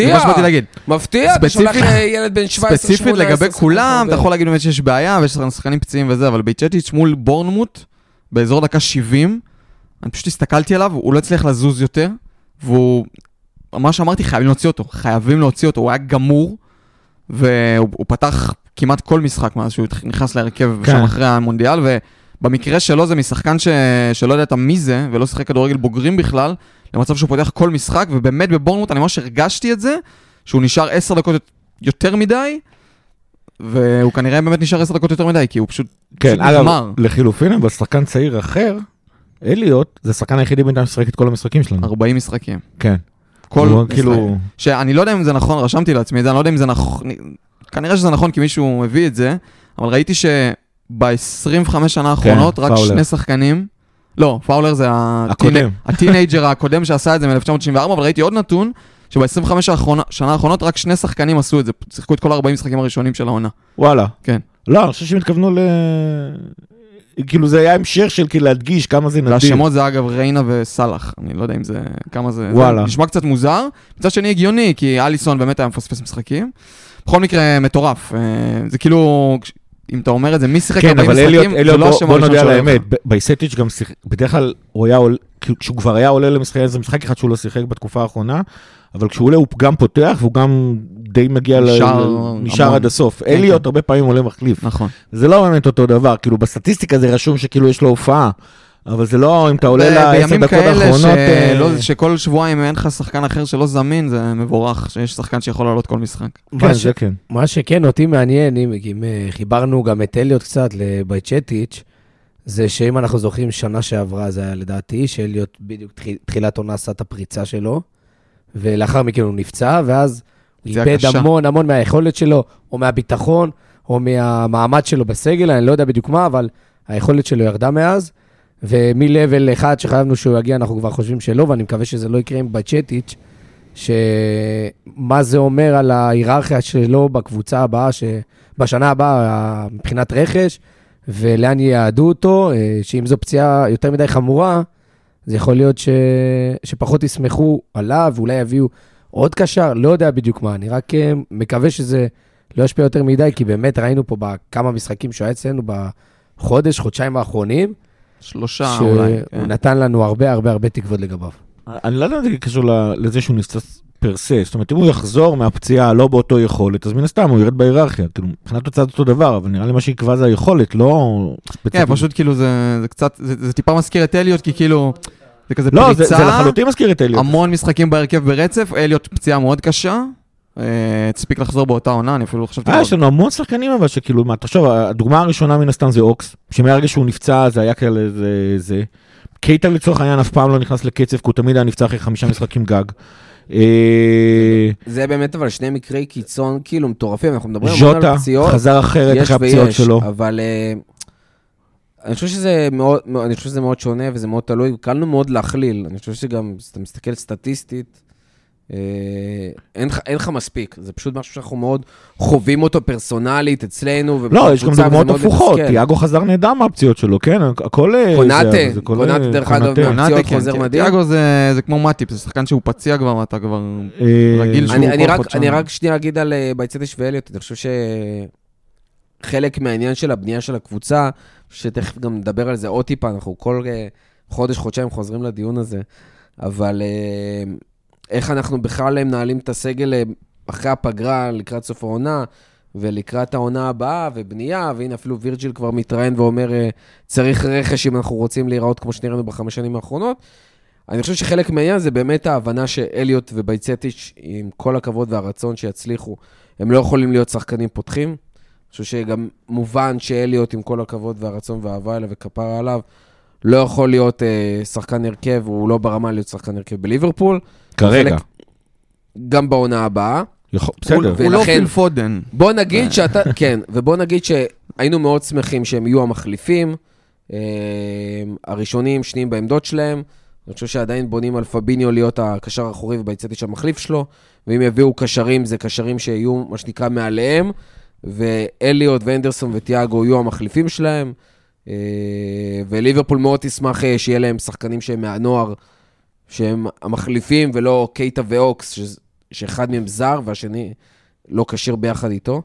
מפתיע, אתה שולח ילד בן 17-18. ספציפית לגבי כולם, אתה יכול להגיד באמת שיש בעיה, ויש שחקנים פציעים וזה, אבל בייצ'טיץ' מול בורנמוט, באזור דקה 70, אני פשוט הסתכלתי עליו, הוא לא הצליח לזוז יותר, והוא, מה שאמרתי, חייבים להוציא אותו, הוא היה גמור, והוא פתח כמעט כל משחק מאז שהוא נכנס להרכב שם אחרי המונדיאל, ובמקרה שלו זה משחקן שלא ידעת מי זה, ולא שיחק כדורגל בוגרים בכלל, למצב שהוא פותח כל משחק, ובאמת בבורנמוט אני ממש הרגשתי את זה, שהוא נשאר 10 דקות יותר מדי, והוא כנראה באמת נשאר 10 דקות יותר מדי, כי הוא פשוט נגמר. לחילופין, אבל שחקן צעיר אחר, אליוט, זה השחקן היחידי בינתיים ששחק את כל המשחקים שלנו. 40 משחקים. כן. שאני לא יודע אם זה נכון, רשמתי לעצמי את זה, אני לא יודע אם זה נכון, כנראה שזה נכון כי מישהו הביא את זה, אבל ראיתי שב-25 שנה האחרונות רק 2 שחקנים, לא, פאולר זה הטינאג'ר הקודם שעשה את זה מ-1994, אבל ראיתי עוד נתון, שב-25 שנה האחרונות רק 2 שחקנים עשו את זה, שיחקו את כל 40 משחקים הראשונים של העונה. וואלה. כן. לא, אני חושב שהם התכוונו כאילו זה היה המשך של כאילו להדגיש כמה זה נדיר. והשמות זה אגב ריינה וסלח, אני לא יודע אם זה, כמה זה, וואלה. זה נשמע קצת מוזר, מצד שני הגיוני, כי אליסון באמת היה מפספס משחקים, בכל מקרה מטורף, זה כאילו, אם אתה אומר את זה, מי שיחק 40 משחקים, זה לא השם הראשון שלו. בוא נודע על האמת, בייסטיץ' גם שיחק, בדרך כלל הוא היה עולה, כשהוא כבר היה עולה למשחק, זה משחק אחד שהוא לא שיחק בתקופה האחרונה, אבל כשהוא עולה הוא גם פותח, והוא גם די מגיע נשאר עד הסוף. אליוט הרבה פעמים עולה מחליף. נכון. זה לא באמת אותו דבר, כאילו בסטטיסטיקה זה רשום שכאילו יש לו הופעה, אבל זה לא, אם אתה עולה ל10 דקות האחרונות... שכל שבועיים אין לך שחקן אחר שלא זמין, זה מבורך, שיש שחקן שיכול לעלות כל משחק. כן, זה כן. מה שכן אותי מעניין, אם חיברנו גם את אליוט קצת לבייצ'טיץ', זה שאם אנחנו זוכרים שנה שעברה, זה היה לדעתי, שאליוט בדיוק תחילת עונה עשה את הפריצה שלו, ולאחר מכן הוא נפצע, ואז הוא איבד המון מהיכולת שלו, או מהביטחון, או מהמעמד שלו בסגל, אני לא יודע בדיוק מה, אבל היכולת שלו ירדה מאז, ומלבל אחד שחייבנו שהוא יגיע, אנחנו כבר חושבים שלא, ואני מקווה שזה לא יקרה עם בייצ'טיץ', שמה זה אומר על ההיררכיה שלו בקבוצה הבאה, שבשנה הבאה, מבחינת רכש, ולאן יעדו אותו, שאם זו פציעה יותר מדי חמורה, זה יכול להיות שפחות יסמכו עליו, ואולי יביאו עוד קשר, לא יודע בדיוק מה, אני רק מקווה שזה לא ישפיע יותר מדי, כי באמת ראינו פה בכמה משחקים שהוא היה אצלנו חודשיים האחרונים, 3 אולי. שהוא נתן לנו הרבה תקוות לגביו. אני לא יודע אם זה קשור לזה שהוא נפצע פרסה, זאת אומרת, אם הוא יחזור מהפציעה לא באותו יכולת, אז מן הסתם הוא ירד בהיררכיה, כאילו, מבחינת תוצאת אותו דבר, אבל נראה לי מה שיקבע זה היכולת, לא ספציפית. כן, פשוט כאילו זה קצת, זה טיפה מזכיר את אליוט, כי כאילו, זה כזה לא, פריצה. זה לחלוטין מזכיר את אליוט. המון משחקים בהרכב ברצף, אליוט פציעה מאוד קשה, תספיק לחזור באותה עונה, אני אפילו חשבתי... יש לנו המון שחקנים, אבל שכאילו, מה, תחשוב, הדוגמה הראשונה מן הסתם זה אוקס, שמהרגע שהוא נפצע, זה היה כאלה, זה... קייטה לצורך העניין אף פעם לא נכנס לקצב, כי הוא תמיד היה נפצע אחרי 5 משחקים גג. זה באמת אבל 2 מקרי קיצון כאילו מטורפים, אנחנו מדברים על פציעות. ז'וטה חזר אחרת אחרי הפציעות שלו. אבל אני חושב שזה מאוד שונה וזה מאוד תלוי, קלנו מאוד להכליל, אני חושב שגם, אתה מסתכל סטטיסטית, אין לך מספיק, זה פשוט משהו שאנחנו מאוד חווים אותו פרסונלית אצלנו. לא, יש גם דוגמאות הפוכות, תיאגו חזר נהדר מהפציעות שלו, כן? הכל... קונאטה דרך אגב, מהפציעות חוזר מדהים. תיאגו זה כמו מטיפ, זה שחקן שהוא פציע כבר, אתה כבר רגיל שהוא כל חודשיים. אני רק שנייה אגיד על בייצטיץ' ואליוט, אני חושב שחלק מהעניין של הבנייה של הקבוצה, שתכף גם נדבר על זה עוד טיפה, אנחנו כל חודש-חודשיים חוזרים לדיון הזה, אבל איך אנחנו בכלל מנהלים את הסגל אחרי הפגרה לקראת סוף העונה, ולקראת העונה הבאה ובנייה, והנה אפילו וירג'יל כבר מתראיין ואומר, צריך רכש אם אנחנו רוצים להיראות כמו שנראינו ב5 שנים האחרונות. אני חושב שחלק מהעניין זה באמת ההבנה שאליוט ובייצטיץ' עם כל הכבוד והרצון שיצליחו, הם לא יכולים להיות שחקנים פותחים. אני חושב שגם מובן שאליוט עם כל הכבוד והרצון והאהבה אליו וכפרה עליו, לא יכול להיות שחקן הרכב, הוא לא ברמה להיות שחקן הרכב בליברפול. כרגע. גם בעונה הבאה. בסדר. הוא לא פיל פודן. בוא נגיד שאתה, כן, ובוא נגיד שהיינו מאוד שמחים שהם יהיו המחליפים, הראשונים, שניים בעמדות שלהם. אני חושב שעדיין בונים על פביניו להיות הקשר האחורי ובייצטיץ' המחליף שלו, ואם יביאו קשרים, זה קשרים שיהיו מה שנקרא מעליהם, ואליוט ואנדרסון ותיאגו יהיו המחליפים שלהם, וליברפול מאוד תשמח שיהיה להם שחקנים שהם מהנוער, שהם המחליפים ולא קייטה ואוקס, שאחד מהם זר והשני לא קשיר ביחד איתו.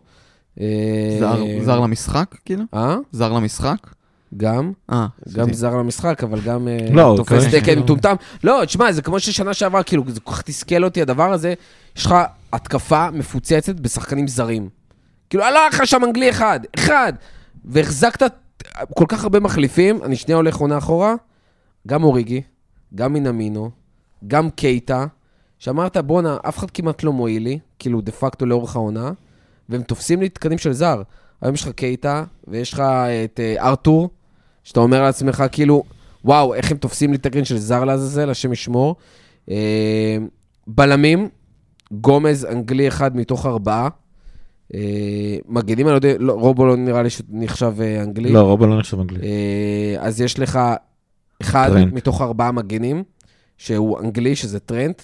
זר למשחק, כאילו? זר למשחק? גם זר למשחק, אבל גם לא, תופס תקן מטומטם. לא, תשמע, זה כמו ששנה שעברה, כאילו, זה כל כך תסכל אותי הדבר הזה, יש לך התקפה מפוצצת בשחקנים זרים. כאילו, הלך לך שם אנגלי אחד, והחזקת כל כך הרבה מחליפים, אני שנייה הולך עונה אחורה, גם אוריגי, גם מינמינו, גם קייטה, שאמרת, בונה, אף אחד כמעט לא מועיל לי, כאילו דה פקטו לאורך העונה, והם תופסים לי תקנים של זר. היום יש לך קייטה, ויש לך את ארתור, שאתה אומר לעצמך, כאילו, וואו, איך הם תופסים לי תקנים של זר לעזאזל, השם ישמור. בלמים, גומז, אנגלי אחד מתוך 4, מגנים, אני לא יודע, רובו לא נראה לי שנחשב אנגלי. לא, רובו לא נחשב אנגלי. אז יש לך אחד מתוך 4 מגנים, שהוא אנגלי, שזה טרנט.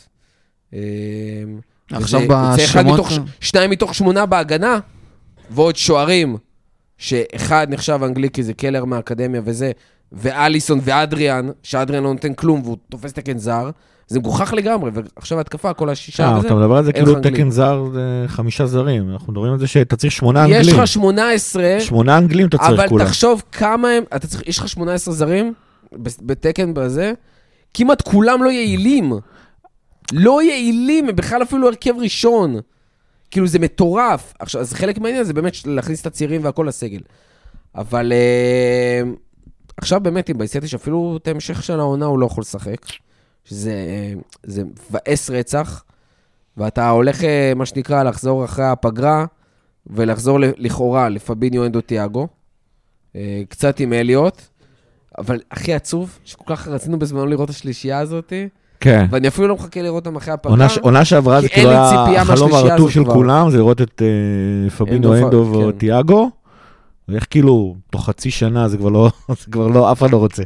עכשיו בשמות... 2 מתוך 8 בהגנה, ועוד שוערים, שאחד נחשב אנגלי, כי זה קלר מהאקדמיה וזה, ואליסון ואדריאן, שאדריאן לא נותן כלום, והוא תופס תקן זר, זה מגוחך לגמרי, ועכשיו התקפה, כל השישה וזה. אתה מדבר על זה כאילו תקן זר, 5 זרים, אנחנו מדברים על זה שאתה צריך 8 אנגלים. יש לך 18, 8 אנגלים אתה צריך כולה. אבל תחשוב כמה הם, יש לך 18 זרים, בתקן בזה, כמעט כולם לא יעילים. לא יעילים, הם בכלל אפילו הרכב ראשון. כאילו זה מטורף. עכשיו, אז חלק מהעניין זה באמת להכניס את הצעירים והכל לסגל. אבל עכשיו באמת, אם בייצטיץ' אפילו את ההמשך של העונה הוא לא יכול לשחק. שזה מבאס רצח, ואתה הולך, מה שנקרא, לחזור אחרי הפגרה, ולחזור לכאורה לפביניו אנדו תיאגו, קצת עם אליוט, אבל הכי עצוב, שכל כך רצינו בזמנו לראות השלישייה הזאת, כן. ואני אפילו לא מחכה לראות אותם אחרי הפגרה. עונה שעברה זה כאילו החלום הרטוב של כולם, זה לראות את פביניו אנדו ותיאגו, ואיך כאילו, תוך חצי שנה זה כבר לא, אף אחד לא רוצה.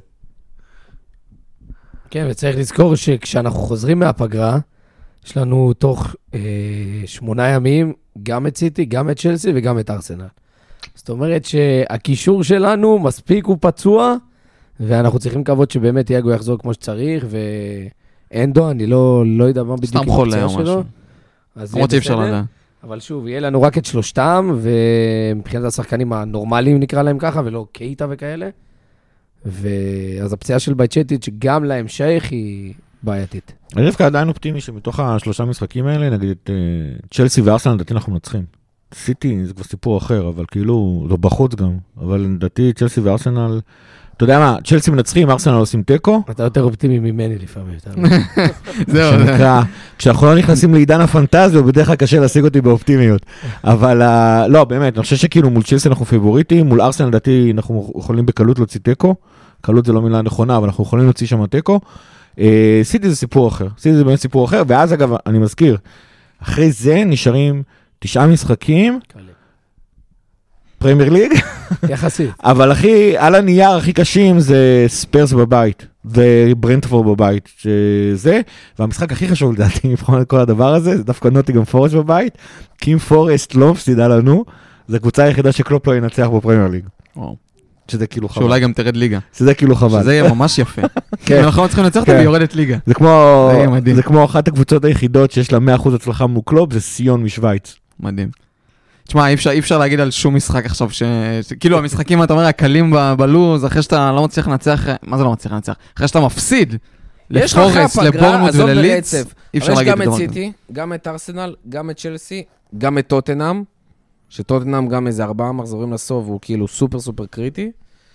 כן, וצריך לזכור שכשאנחנו חוזרים מהפגרה, יש לנו תוך 8 ימים גם את סיטי, גם את צ'לסי וגם את ארסנל. זאת אומרת שהקישור שלנו מספיק הוא פצוע, ואנחנו צריכים לקוות שבאמת תיאגו יחזור כמו שצריך, ואנדו, אני לא יודע מה בדיוק הפציעה שלו. כמו שאפשר לדעת. אבל שוב, יהיה לנו רק את שלושתם, ומבחינת השחקנים הנורמליים נקרא להם ככה, ולא קייטה וכאלה. אז הפציעה של בייצ'טיץ' גם להמשך היא בעייתית. אני דווקא עדיין אופטימי שמתוך 3 משחקים האלה, נגיד את צ'לסי וארסנל, לדעתי אנחנו מנצחים. סיטי זה כבר סיפור אחר, אבל כאילו, לא בחוץ גם, אבל לדעתי צ'לסי וארסנל, אתה יודע מה, צ'לסי מנצחים, ארסנל עושים טקו. אתה יותר אופטימי ממני לפעמים. זהו. כשאנחנו לא נכנסים לעידן הפנטזיה, בדרך כלל קשה להשיג אותי באופטימיות. אבל לא, באמת, אני חושב שכאילו מול צ'לסי אנחנו פיבוריטים, מול ארסנל לדעתי אנחנו יכולים בקלות להוציא טקו, קלות זה לא מילה נכונה, אבל אנחנו יכולים להוציא שם טקו. סיטי זה סיפור אחר, סיטי זה באמת סיפור אחר, ואז אגב, אני מזכיר, אחרי זה נשארים 9 משחקים, פרמייר ליג, יחסית. אבל על הנייר הכי קשים זה ספרס בבית. וברנטפורד בבית, שזה, והמשחק הכי חשוב לדעתי, לבחון את כל הדבר הזה, זה דווקא נוטיגהאם פורסט בבית, כי אם פורסט לא מפסידה לנו, זו הקבוצה היחידה שקלופ לא ינצח בפרמייר ליג. שזה כאילו חבל. שאולי גם תרד ליגה. שזה כאילו חבל. שזה יהיה ממש יפה. אנחנו צריכים לנצח אותה ויורדת ליגה. זה כמו אחת הקבוצות היחידות שיש לה 100% הצלחה מול קלופ, זה סיון משוויץ. מדהים. תשמע, אי אפשר להגיד על שום משחק עכשיו כאילו המשחקים, אתה אומר, הקלים בלוז, אחרי שאתה לא מצליח לנצח, מה זה לא מצליח לנצח? אחרי שאתה מפסיד לפורסט, לבורנמוט וללידס, אי אפשר להגיד את דבר. יש גם את סיטי, גם את ארסנל, גם את צ'לסי, גם את טוטנהאם, שטוטנהאם גם איזה 4 מחזורים לסוף, הוא כאילו סופר סופר קריטי,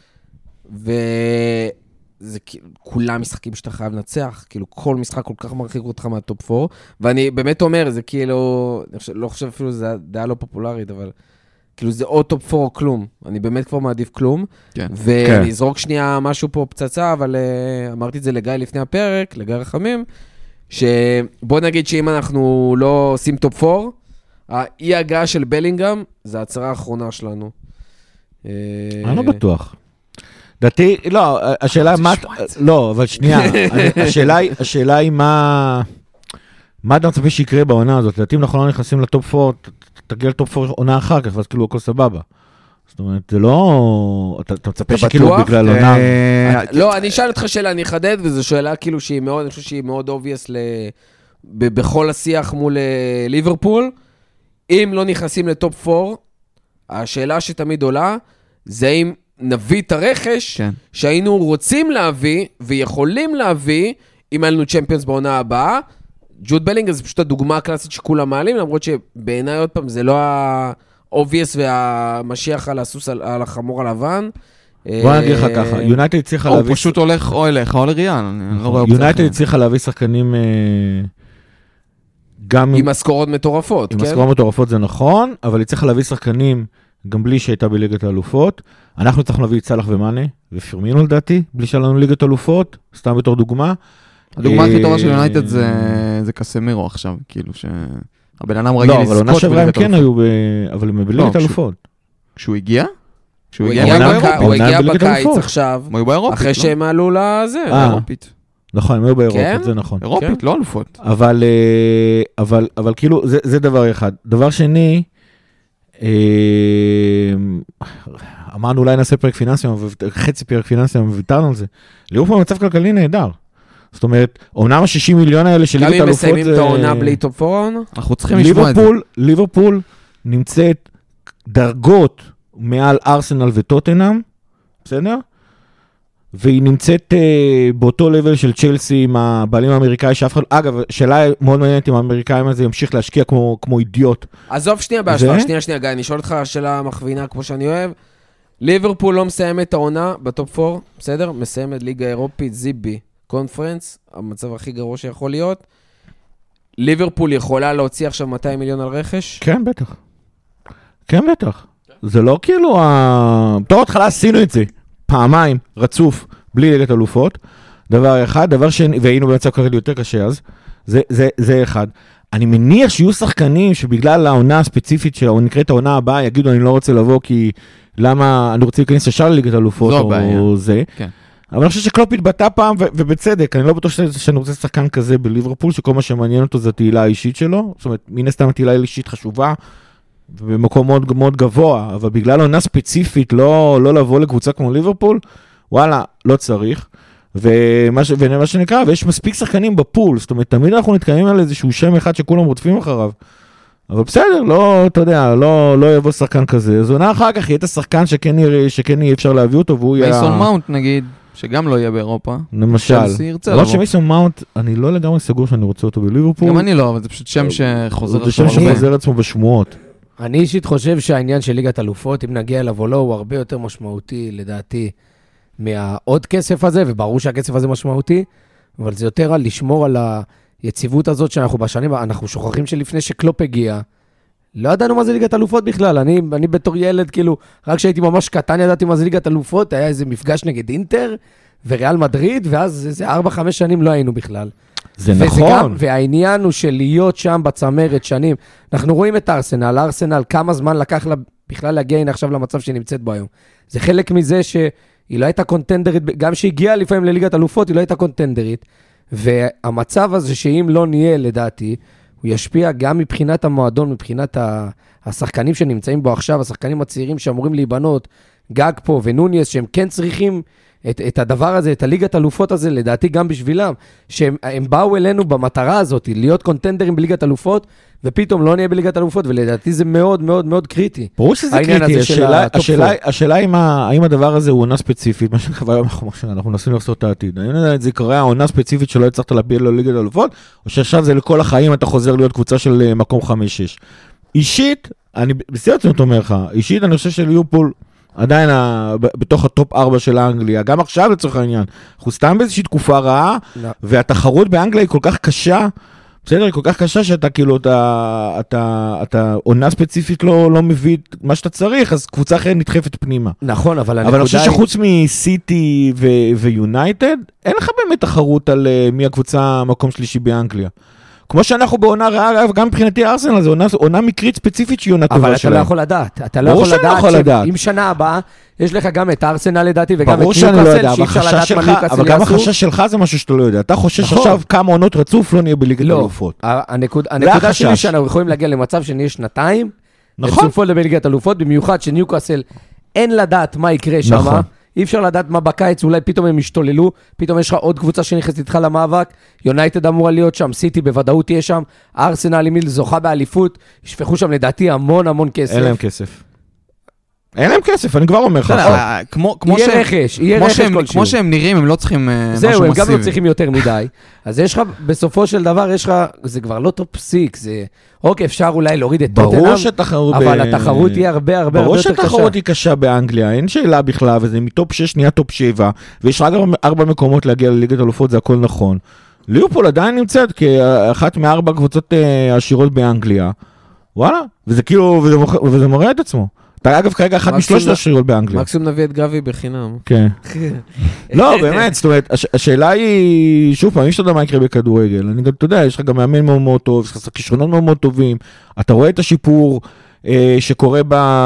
וזה כולם משחקים שאתה חייב לנצח, כאילו כל משחק כל כך מרחיק אותך מהטופ 4, ואני באמת אומר, זה כאילו, לא חושב אפילו, זה דעה לא פופולרית, אבל כאילו זה או טופ 4 או כלום, אני באמת כבר מעדיף כלום, ואני אזרוק שנייה משהו פה פצצה, אבל אמרתי את זה לגיא לפני הפרק, לגיא רחמים, שבוא נגיד שאם אנחנו לא עושים טופ 4, האי הגעה של בלינגהם, זה ההצהרה האחרונה שלנו. אני לא בטוח. דעתי, לא, השאלה מה, לא, אבל שנייה, השאלה היא מה אתה מצפה שיקרה בעונה הזאת, לדעתי אם אנחנו לא נכנסים לטופ 4, תגיע לטופ 4 עונה אחר כך, ואז כאילו הכל סבבה. זאת אומרת, זה לא, אתה מצפה שכאילו בגלל עונה. לא, אני אשאל אותך שאלה, אני אחדד, וזו שאלה כאילו שהיא מאוד, אני חושב שהיא מאוד obvious בכל השיח מול ליברפול, אם לא נכנסים לטופ 4, השאלה שתמיד עולה, זה אם נביא את הרכש שהיינו רוצים להביא ויכולים להביא אם היה לנו צ'מפיונס בעונה הבאה. ג'וד בלינגהאם זה פשוט הדוגמה הקלאסית שכולם מעלים, למרות שבעיניי עוד פעם זה לא ה-obvious והמשיח על הסוס, על החמור הלבן. בוא נגיד לך ככה, יונייטד הצליחה להביא... הוא פשוט הולך או אליך או לריאל. יונייטד הצליחה להביא שחקנים גם... עם משכורות מטורפות, עם משכורות מטורפות זה נכון, אבל הצליחה להביא שחקנים גם בלי שהייתה בליגת האלופות. אנחנו צריכים להביא את סלאח ומאנה ופירמינו לדעתי, בלי שהיה לנו ליגת האלופות, סתם בתור דוגמה. הדוגמה הכי טובה של יונייטד זה קסמירו עכשיו, כאילו שהבן אדם רגיל לזכות. לא, אבל עונה שעברה הם כן היו, אבל הם בליגת האלופות. כשהוא הגיע? הוא הגיע בקיץ עכשיו, אחרי שהם עלו לזה, אירופית. נכון, הם היו באירופית, זה נכון. אירופית, לא אלופות. אבל כאילו, זה דבר אחד. דבר שני, אמרנו אולי נעשה פרק פיננסי, חצי פרק פיננסי, וויתרנו על זה. ליברפול במצב כלכלי נהדר. זאת אומרת, אומנם ה-60 מיליון האלה של ליגת האלופות... גם אם מסיימים את העונה בלי טופ 4? אנחנו צריכים לשמוע את זה. ליברפול נמצאת דרגות מעל ארסנל וטוטנהאם, בסדר? והיא נמצאת באותו לבל של צ'לסי עם הבעלים האמריקאי שאף אחד... אגב, שאלה מאוד מעניינת אם האמריקאים הזה ימשיך להשקיע כמו אידיוט. עזוב שנייה בהשוואה, שנייה גיא, אני שואל אותך שאלה מכווינה כמו שאני אוהב. ליברפול לא מסיימת העונה בטופ 4, בסדר? מסיימת ליגה אירופית, זיבי, קונפרנס, המצב הכי גרוע שיכול להיות. ליברפול יכולה להוציא עכשיו 200 מיליון על רכש? כן, בטח. כן, בטח. זה לא כאילו... בתור התחלה עשינו את זה. פעמיים, רצוף, בלי ליגת אלופות. דבר אחד, דבר שני, והיינו במצב כרגע יותר קשה אז, זה אחד. אני מניח שיהיו שחקנים שבגלל העונה הספציפית שלה, נקראת העונה הבאה, יגידו אני לא רוצה לבוא כי למה אני רוצה להיכנס ישר לליגת אלופות או זה. כן. אבל אני חושב שקלופ התבטא פעם, ובצדק, אני לא בטוח שאני רוצה שחקן כזה בליברפול, שכל מה שמעניין אותו זה התהילה האישית שלו, זאת אומרת, מן הסתם התהילה האישית חשובה, במקום מאוד מאוד גבוה, אבל בגלל עונה ספציפית לא לבוא לקבוצה כמו ליברפול, וואלה, לא צריך. ומה שנקרא, ויש מספיק שחקנים בפול, זאת אומרת, תמיד אנחנו נתקיימים על איזשהו שם אחד שכולם רודפים אחריו. אבל בסדר, לא, אתה יודע, לא יבוא שחקן כזה. אז עונה אחר כך יהיה את השחקן שכן יהיה אפשר להביא אותו, והוא יהיה... מייסון מאונט נגיד, שגם לא יהיה באירופה. למשל. לא שמייסון מאונט, אני לא לגמרי סגור שאני רוצה אותו בליברפול. גם אני לא, אבל זה פשוט שם שחוזר זה שם שחוזר עצמו בשמועות. אני אישית חושב שהעניין של ליגת אלופות, אם נגיע אליו או לא, הוא הרבה יותר משמעותי, לדעתי, מהעוד כסף הזה, וברור שהכסף הזה משמעותי, אבל זה יותר על לשמור על היציבות הזאת שאנחנו בשנים, אנחנו שוכחים שלפני שקלופ הגיע, לא ידענו מה זה ליגת אלופות בכלל, אני בתור ילד, כאילו, רק כשהייתי ממש קטן ידעתי מה זה ליגת אלופות, היה איזה מפגש נגד אינטר, וריאל מדריד, ואז איזה 4-5 שנים לא היינו בכלל. זה נכון. והעניין הוא של להיות שם בצמרת שנים, אנחנו רואים את ארסנל כמה זמן לקח לה בכלל להגיע הנה עכשיו למצב שנמצאת בו היום. זה חלק מזה היא לא הייתה קונטנדרית, גם שהגיעה לפעמים לליגת אלופות, היא לא הייתה קונטנדרית, והמצב הזה שאם לא נהיה, לדעתי, הוא ישפיע גם מבחינת המועדון, מבחינת השחקנים שנמצאים בו עכשיו, השחקנים הצעירים שאמורים להיבנות, גג פה ונוניס, שהם כן צריכים את הדבר הזה, את הליגת אלופות הזה, לדעתי גם בשבילם, שהם באו אלינו במטרה הזאת, להיות קונטנדרים בליגת אלופות, ופתאום לא נהיה בליגת אלופות, ולדעתי זה מאוד מאוד מאוד קריטי. ברור שזה קריטי, השאלה האם הדבר הזה הוא עונה ספציפית, מה שקרה אנחנו מנסים לעשות את העתיד, האם זה קרה עונה ספציפית שלא הצלחת להביע לו ליגת אלופות, או שעכשיו זה לכל החיים אתה חוזר להיות קבוצה של מקום 5-6. אישית, אני בסרצנות אומר לך, אישית אני חושב שליברפול עדיין בתוך הטופ 4 של האנגליה, גם עכשיו לצורך העניין, אנחנו סתם באיזושהי תקופה רעה, והתחרות באנגליה היא כל כך קשה, בסדר, היא כל כך קשה שאתה כאילו, אתה עונה ספציפית לא מביא מה שאתה צריך, אז קבוצה אחרת נדחפת פנימה. נכון, אבל אני חושב שחוץ מסיטי ויונייטד, אין לך באמת תחרות על מי הקבוצה מקום שלישי באנגליה. כמו שאנחנו בעונה רעה, גם מבחינתי ארסנל, זו עונה מקרית ספציפית שהיא עונה טובה שלהם. אבל אתה לא יכול לדעת. אתה לא יכול לדעת שאם שנה הבאה, יש לך גם את ארסנל לדעתי, וגם את ניוקאסל, שאי אפשר לדעת מה ניוקאסל יעשו. אבל גם החשש שלך זה משהו שאתה לא יודע. אתה חושש עכשיו כמה עונות רצוף לא נהיה בליגת אלופות. הנקודה שלי שאנחנו יכולים להגיע למצב שנהיה שנתיים, רצופות בליגת אלופות, במיוחד שניוקאסל אין לדעת מה יקרה שם. אי אפשר לדעת מה בקיץ, אולי פתאום הם ישתוללו, פתאום יש לך עוד קבוצה שנכנסת איתך למאבק, יונייטד אמורה להיות שם, סיטי בוודאות תהיה שם, ארסנל עם זוכה באליפות, ישפכו שם לדעתי המון כסף. אין להם כסף. אין להם כסף, אני כבר אומר לך. יהיה רכש כלשהו. כמו שהם נראים, הם לא צריכים משהו מסיבי. זהו, הם גם לא צריכים יותר מדי. אז יש לך, בסופו של דבר, יש לך, זה כבר לא טופ 6, זה, אוקיי, אפשר אולי להוריד את טוטנהאם, אבל התחרות היא הרבה יותר קשה. ברור שהתחרות היא קשה באנגליה, אין שאלה בכלל, וזה מטופ 6 נהיה טופ 7, ויש רק 4 מקומות להגיע לליגת אלופות, זה הכל נכון. ליברפול עדיין נמצאת כאחת מ4 קבוצות עשירות באנגליה. וואלה, וזה כאילו, וזה מראה את עצמו. אתה אגב כרגע אחת משלושת השרירות באנגליה. מקסימום נביא את גבי בחינם. כן. לא, באמת, זאת אומרת, השאלה היא, שוב פעם, יש אתה יודע מה יקרה בכדורגל. אני גם, אתה יודע, יש לך גם מאמן מאוד מאוד טוב, יש לך כישרונות מאוד מאוד טובים, אתה רואה את השיפור שקורה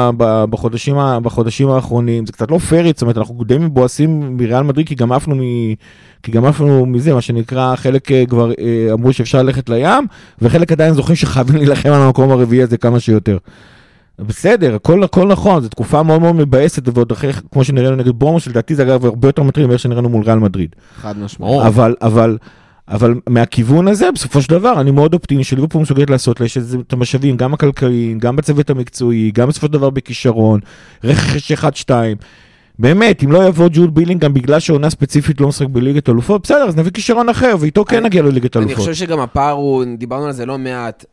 בחודשים האחרונים, זה קצת לא פיירית, זאת אומרת, אנחנו די מבואסים מריאל מדריד, כי גם עפנו מזה, מה שנקרא, חלק כבר אמרו שאפשר ללכת לים, וחלק עדיין זוכרים שחייבים להילחם על המקום הרביעי הזה כמה שיותר. בסדר, הכל נכון, זו תקופה מאוד מאוד מבאסת, ועוד אחרי, כמו שנראינו נגד ברומוס, לדעתי זה אגב הרבה יותר מטריד מאיך שנראינו מול ריאל מדריד. חד משמעית. אבל מהכיוון הזה, בסופו של דבר, אני מאוד אופטימי שליברפול מסוגלת לעשות לה, יש את המשאבים, גם הכלכליים, גם בצוות המקצועי, גם בסופו של דבר בכישרון, רכש 1-2. באמת, אם לא יבוא ג'וד בילינגהאם בגלל שעונה ספציפית לא משחק בליגת אלופות, בסדר, אז נביא כישרון אחר, ואיתו כן נגיע לליגת אלופות. אני חושב שגם הפער הוא, דיברנו על זה לא מעט,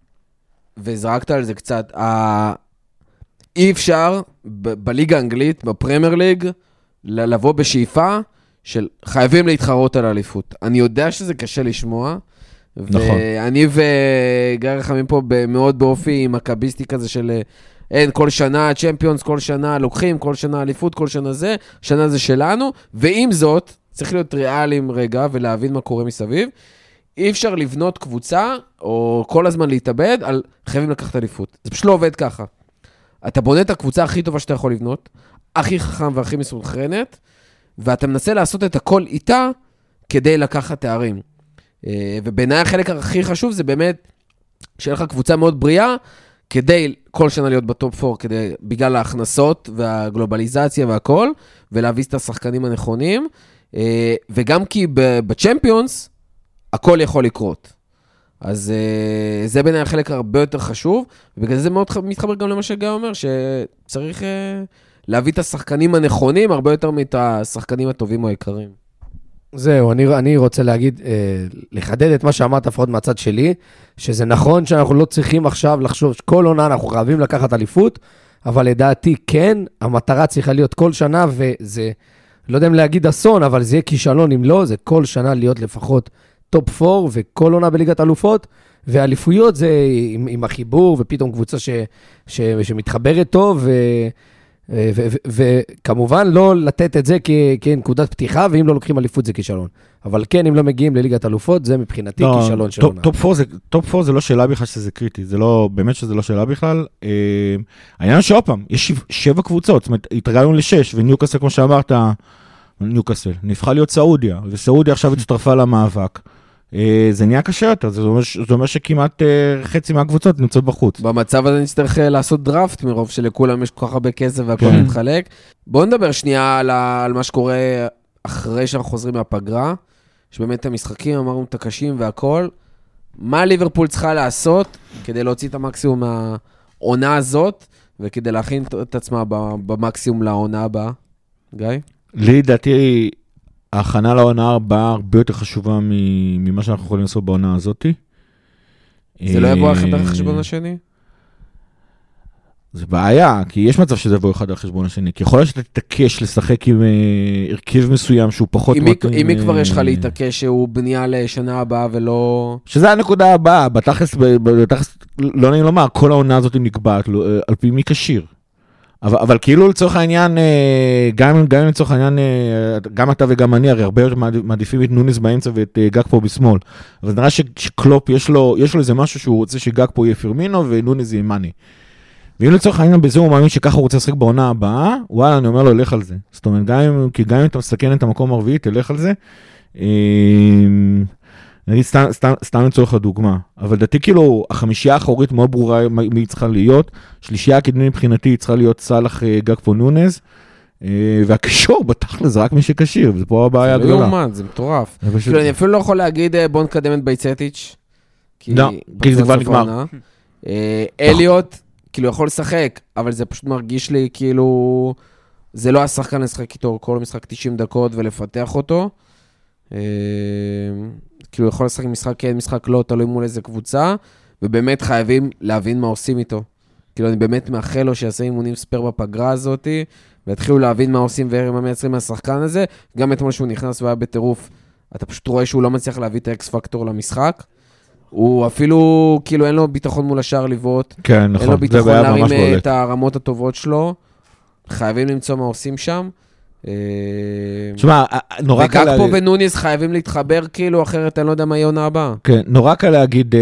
וזרקת על זה קצת, אי אפשר בליגה האנגלית, בפרמייר ליג, לבוא בשאיפה של חייבים להתחרות על האליפות. אני יודע שזה קשה לשמוע, נכון. ואני וגיא רחמים פה מאוד באופי מכביסטי כזה של אין, כל שנה צ'מפיונס, כל שנה לוקחים, כל שנה אליפות, כל שנה זה, שנה זה שלנו, ועם זאת, צריך להיות ריאליים רגע ולהבין מה קורה מסביב, אי אפשר לבנות קבוצה, או כל הזמן להתאבד, על חייבים לקחת אליפות. זה פשוט לא עובד ככה. אתה בונה את הקבוצה הכי טובה שאתה יכול לבנות, הכי חכם והכי מסונכרנת, ואתה מנסה לעשות את הכל איתה, כדי לקחת תארים. ובעיניי החלק הכי חשוב, זה באמת, שיהיה לך קבוצה מאוד בריאה, כדי כל שנה להיות בטופ 4, בגלל ההכנסות והגלובליזציה והכל, ולהביס את השחקנים הנכונים, וגם כי בצ'מפיונס, הכל יכול לקרות. אז זה בעיניי החלק הרבה יותר חשוב, ובגלל זה מאוד מתחבר גם למה שגיא אומר, שצריך להביא את השחקנים הנכונים, הרבה יותר מאת השחקנים הטובים או היקרים. זהו, אני רוצה להגיד, לחדד את מה שאמרת לפחות מהצד שלי, שזה נכון שאנחנו לא צריכים עכשיו לחשוב שכל עונה אנחנו חייבים לקחת אליפות, אבל לדעתי כן, המטרה צריכה להיות כל שנה, וזה, לא יודע אם להגיד אסון, אבל זה יהיה כישלון, אם לא, זה כל שנה להיות לפחות טופ 4, וכל עונה בליגת אלופות, ואליפויות זה עם החיבור, ופתאום קבוצה שמתחברת טוב, וכמובן לא לתת את זה כנקודת פתיחה, ואם לא לוקחים אליפות זה כישלון. אבל כן, אם לא מגיעים לליגת אלופות, זה מבחינתי כישלון של עונה. טופ 4 זה לא שאלה בכלל שזה קריטי, זה לא, באמת שזה לא שאלה בכלל. העניין שעוד פעם, יש 7 קבוצות, זאת אומרת, התרגלנו ל6, וניוקאסל, כמו שאמרת, ניוקאסל, נבחר להיות סעודיה, וסעודיה עכשיו הצטרפה למאבק. זה נהיה קשה יותר, זה אומר שכמעט חצי מהקבוצות נמצאות בחוץ. במצב הזה נצטרך לעשות דראפט, מרוב שלכולם יש כל כך הרבה כסף והכל מתחלק. בואו נדבר שנייה על מה שקורה אחרי שאנחנו חוזרים מהפגרה, שבאמת המשחקים אמרנו את הקשים והכל. מה ליברפול צריכה לעשות כדי להוציא את המקסימום מהעונה הזאת, וכדי להכין את עצמה במקסימום לעונה הבאה? גיא? לי דעתי, ההכנה לעונה הבאה הרבה יותר חשובה ממה שאנחנו יכולים לעשות בעונה הזאת. זה לא יבוא אחד על חשבון השני? זה בעיה, כי יש מצב שזה יבוא אחד על חשבון השני, כי יכול להיות שאתה תתעקש לשחק עם הרכב מסוים שהוא פחות מתאים. אם כבר יש לך להתעקש שהוא בנייה לשנה הבאה ולא... שזה הנקודה הבאה, בתכלס לא נעים לומר, כל העונה הזאת נקבעת על פי מי כשיר. אבל כאילו לצורך העניין, גם לצורך העניין, גם אתה וגם אני, הרי הרבה יותר מעדיפים את נוניס באמצע ואת גג פה בשמאל. אבל נראה שקלופ יש לו איזה משהו שהוא רוצה שגג פה יהיה פירמינו ונוניס יהיה מאני. ואם לצורך העניין בזה הוא מאמין שככה הוא רוצה לשחק בעונה הבאה, וואלה, אני אומר לו, לך על זה. זאת אומרת, גם אם אתה מסכן את המקום הרביעי, תלך על זה. נגיד, סתם לצורך הדוגמה. אבל דעתי כאילו, החמישייה האחורית מאוד ברורה מי צריכה להיות. שלישייה הקדמית מבחינתי צריכה להיות סלח גג פה נונז. והקישור בתכל'ס זה רק מי שקשיר, וזה פה הבעיה הגדולה. זה לא יומן, זה מטורף. כאילו, אני אפילו לא יכול להגיד בוא נקדם את בייצטיץ'. לא, כי זה כבר נגמר. אליוט, כאילו יכול לשחק, אבל זה פשוט מרגיש לי כאילו, זה לא השחקן לשחק איתו כל המשחק 90 דקות ולפתח אותו. כאילו יכול לשחק משחק כן, משחק לא, תלוי מול איזה קבוצה, ובאמת חייבים להבין מה עושים איתו. כאילו אני באמת מאחל לו שיעשה אימונים ספר בפגרה הזאת, והתחילו להבין מה עושים ומה מייצרים מהשחקן הזה. גם אתמול שהוא נכנס והיה בטירוף, אתה פשוט רואה שהוא לא מצליח להביא את האקס פקטור למשחק. הוא אפילו, כאילו אין לו ביטחון מול השאר לבעוט. כן, נכון. אין לו ביטחון להרים את הרמות הטובות שלו. חייבים למצוא מה עושים שם. תשמע, נורא קל... וגג פה ונוניס חייבים להתחבר, כאילו, אחרת אני לא יודע מה יהיה עונה הבאה. כן, נורא קל להגיד,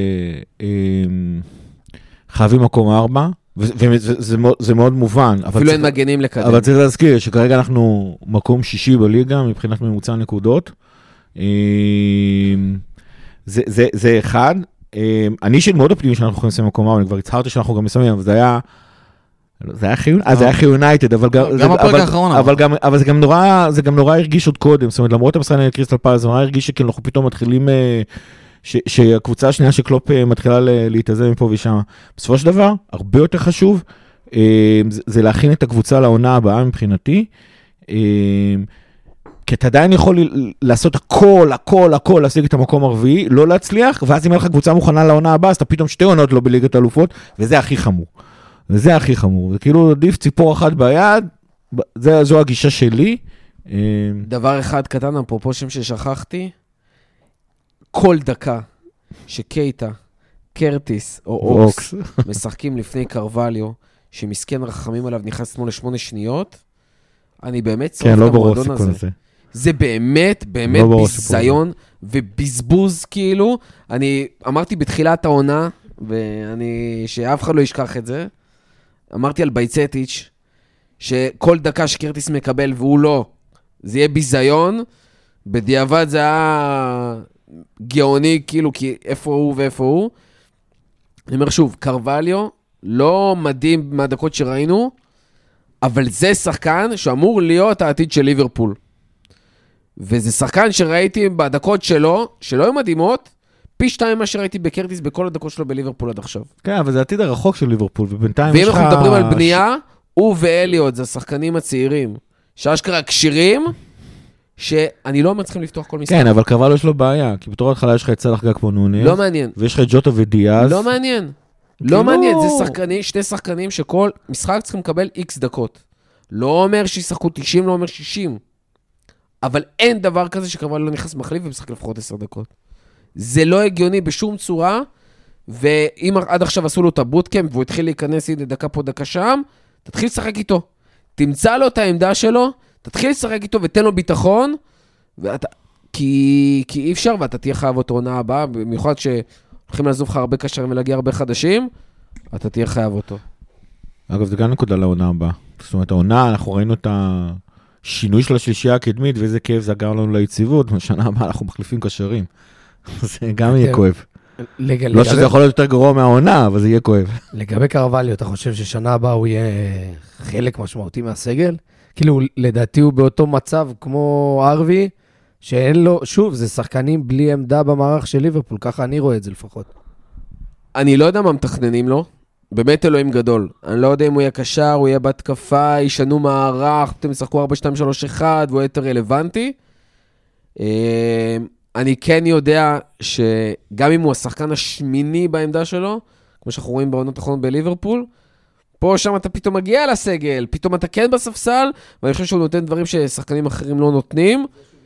חייבים מקום 4, וזה מאוד מובן. אפילו אין מגנים לקדם. אבל צריך להזכיר שכרגע אנחנו מקום 6 בליגה, מבחינת ממוצע נקודות. זה אחד. אני אישית מאוד אופטימי שאנחנו יכולים לסיים מקום 4, אני כבר הצהרתי שאנחנו גם מסיימים, אבל זה היה חיונייטד, אבל זה גם נורא הרגיש עוד קודם, זאת אומרת, למרות המשחק נגד קריסטל פאלאס, זה נורא הרגיש שכאילו אנחנו פתאום מתחילים, שהקבוצה השנייה של קלופ מתחילה להתאזן מפה ושם. בסופו של דבר, הרבה יותר חשוב, זה להכין את הקבוצה לעונה הבאה מבחינתי, כי אתה עדיין יכול לעשות הכל, להשיג את המקום הרביעי, לא להצליח, ואז אם אין לך קבוצה מוכנה לעונה הבאה, אז אתה פתאום 2 עונות לא בליגת האלופות, וזה הכי חמור. וזה הכי חמור. זה כאילו עדיף ציפור אחת ביד, זו הגישה שלי. דבר אחד קטן, אפרופו שם ששכחתי, כל דקה שקייטה, קרטיס או אוקס משחקים לפני קרווליו, שמסכן רחמים עליו נכנס כמו ל8 שניות, אני באמת צורף את המועדון הזה. זה באמת ביזיון ובזבוז כאילו. אני אמרתי בתחילת העונה, שאף אחד לא ישכח את זה, אמרתי על בייצטיץ' שכל דקה שקרטיס מקבל והוא לא, זה יהיה ביזיון. בדיעבד זה היה גאוני כאילו, כי איפה הוא ואיפה הוא. אני אומר שוב, קרווליו לא מדהים מהדקות שראינו, אבל זה שחקן שאמור להיות העתיד של ליברפול. וזה שחקן שראיתי בדקות שלו, שלא היו מדהימות, פי 2 מה שראיתי בקרטיס בכל הדקות שלו בליברפול עד עכשיו. כן, אבל זה העתיד הרחוק של ליברפול, ובינתיים ואם אנחנו מדברים על בנייה, הוא ואליוט, זה השחקנים הצעירים, שאשכרה קשירים, שאני לא אומר צריכים לפתוח כל משחק. כן, אבל קרווליו יש לו בעיה, כי בתור התחלה יש לך את סלח גג פה נונס. לא מעניין. ויש לך את ג'וטה ודיאז. לא מעניין. לא מעניין, זה שני שחקנים שכל משחק צריכים לקבל X דקות. לא אומר שישחקו 90, לא אומר 60. אבל אין דבר כזה שקרווליו לא נכנס מחליף ומשחק לפחות 10 דקות. זה לא הגיוני בשום צורה, ואם עד עכשיו עשו לו את הבוטקאמפ, והוא התחיל להיכנס, הנה דקה פה, דקה שם, תתחיל לשחק איתו. תמצא לו את העמדה שלו, תתחיל לשחק איתו ותן לו ביטחון, כי אי אפשר, ואתה תהיה חייב אותו עונה הבאה, במיוחד שהולכים לעזוב לך הרבה קשרים ולהגיע הרבה חדשים, אתה תהיה חייב אותו. אגב, זה גם נקודה לעונה הבאה. זאת אומרת, העונה, אנחנו ראינו את השינוי של השלישייה הקדמית, ואיזה כאב זה אגר לנו ליציבות, בשנה הבאה אנחנו מחליפים קשרים. זה גם יהיה כואב. לא שזה יכול להיות יותר גרוע מהעונה, אבל זה יהיה כואב. לגבי קרווליו, אתה חושב ששנה הבאה הוא יהיה חלק משמעותי מהסגל? כאילו, לדעתי הוא באותו מצב כמו ארווי, שאין לו, שוב, זה שחקנים בלי עמדה במערך של ליברפול, ככה אני רואה את זה לפחות. אני לא יודע מה מתכננים לו, באמת אלוהים גדול. אני לא יודע אם הוא יהיה קשר, הוא יהיה בהתקפה, ישנו מערך, אתם ישחקו 4-2-3-1, והוא יהיה יותר רלוונטי. אני כן יודע שגם אם הוא השחקן השמיני בעמדה שלו, כמו שאנחנו רואים בעונות האחרונות בליברפול, פה שם אתה פתאום מגיע לסגל, פתאום אתה כן בספסל, ואני חושב שהוא נותן דברים ששחקנים אחרים לא נותנים.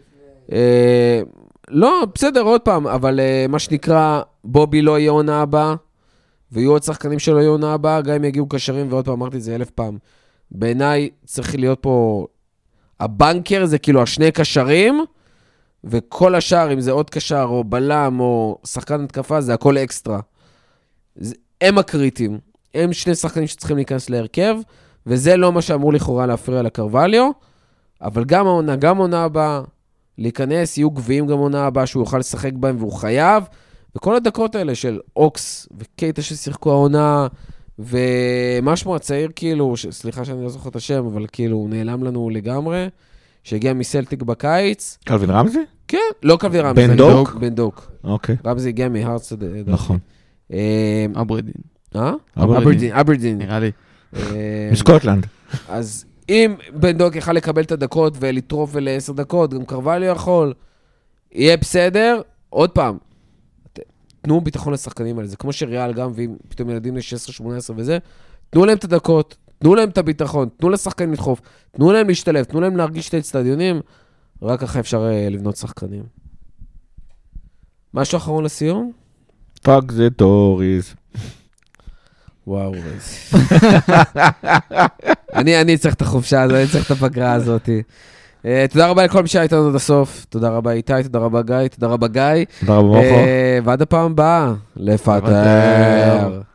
לא, בסדר, עוד פעם, אבל מה שנקרא, בובי לא יהיה עונה הבאה, ויהיו עוד שחקנים שלא יהיו עונה הבאה, גם אם יגיעו קשרים, ועוד פעם אמרתי את זה 1000 פעם. בעיניי צריך להיות פה, הבנקר זה כאילו השני קשרים, וכל השאר, אם זה עוד קשר, או בלם, או שחקן התקפה, זה הכל אקסטרה. הם הקריטים. הם שני שחקנים שצריכים להיכנס להרכב, וזה לא מה שאמור לכאורה להפריע לקרווליו, אבל גם העונה, גם עונה הבאה, להיכנס, יהיו גביעים גם עונה הבאה, שהוא יוכל לשחק בהם, והוא חייב, וכל הדקות האלה של אוקס, וקייטה ששיחקו העונה, ומשמו הצעיר כאילו, סליחה שאני לא זוכר את השם, אבל כאילו הוא נעלם לנו לגמרי, שהגיע מסלטיק בקיץ. קלווין רמזי? כן, לא קלווין רמזי. בן דוק? בן דוק. אוקיי. רמזי הגיע מהרצד. נכון. אברדין. אברדין. נראה לי. מסקוטלנד. אז אם בן דוק יכל לקבל את הדקות ולטרוף ל10 דקות, גם קרווליו יכול, יהיה בסדר. עוד פעם, תנו ביטחון לשחקנים האלה. זה כמו שריאל גם, ואם פתאום ילדים ל-16-18 וזה, תנו להם את הדקות, תנו להם את הביטחון, תנו לשחקנים לדחוף, תנו להם להשתלב, תנו להם להרגיש את האצטדיונים, רק ככה אפשר לבנות שחקנים. משהו אחרון לסיום? פאק זה טוריז. וואו, אני צריך את החופשה הזאת, אני צריך את הפגרה הזאת. תודה רבה לכל מי שהיה איתנו עד הסוף. תודה רבה איתי, תודה רבה גיא, תודה רבה גיא. תודה רבה מוחו. ועד הפעם הבאה, לפטר.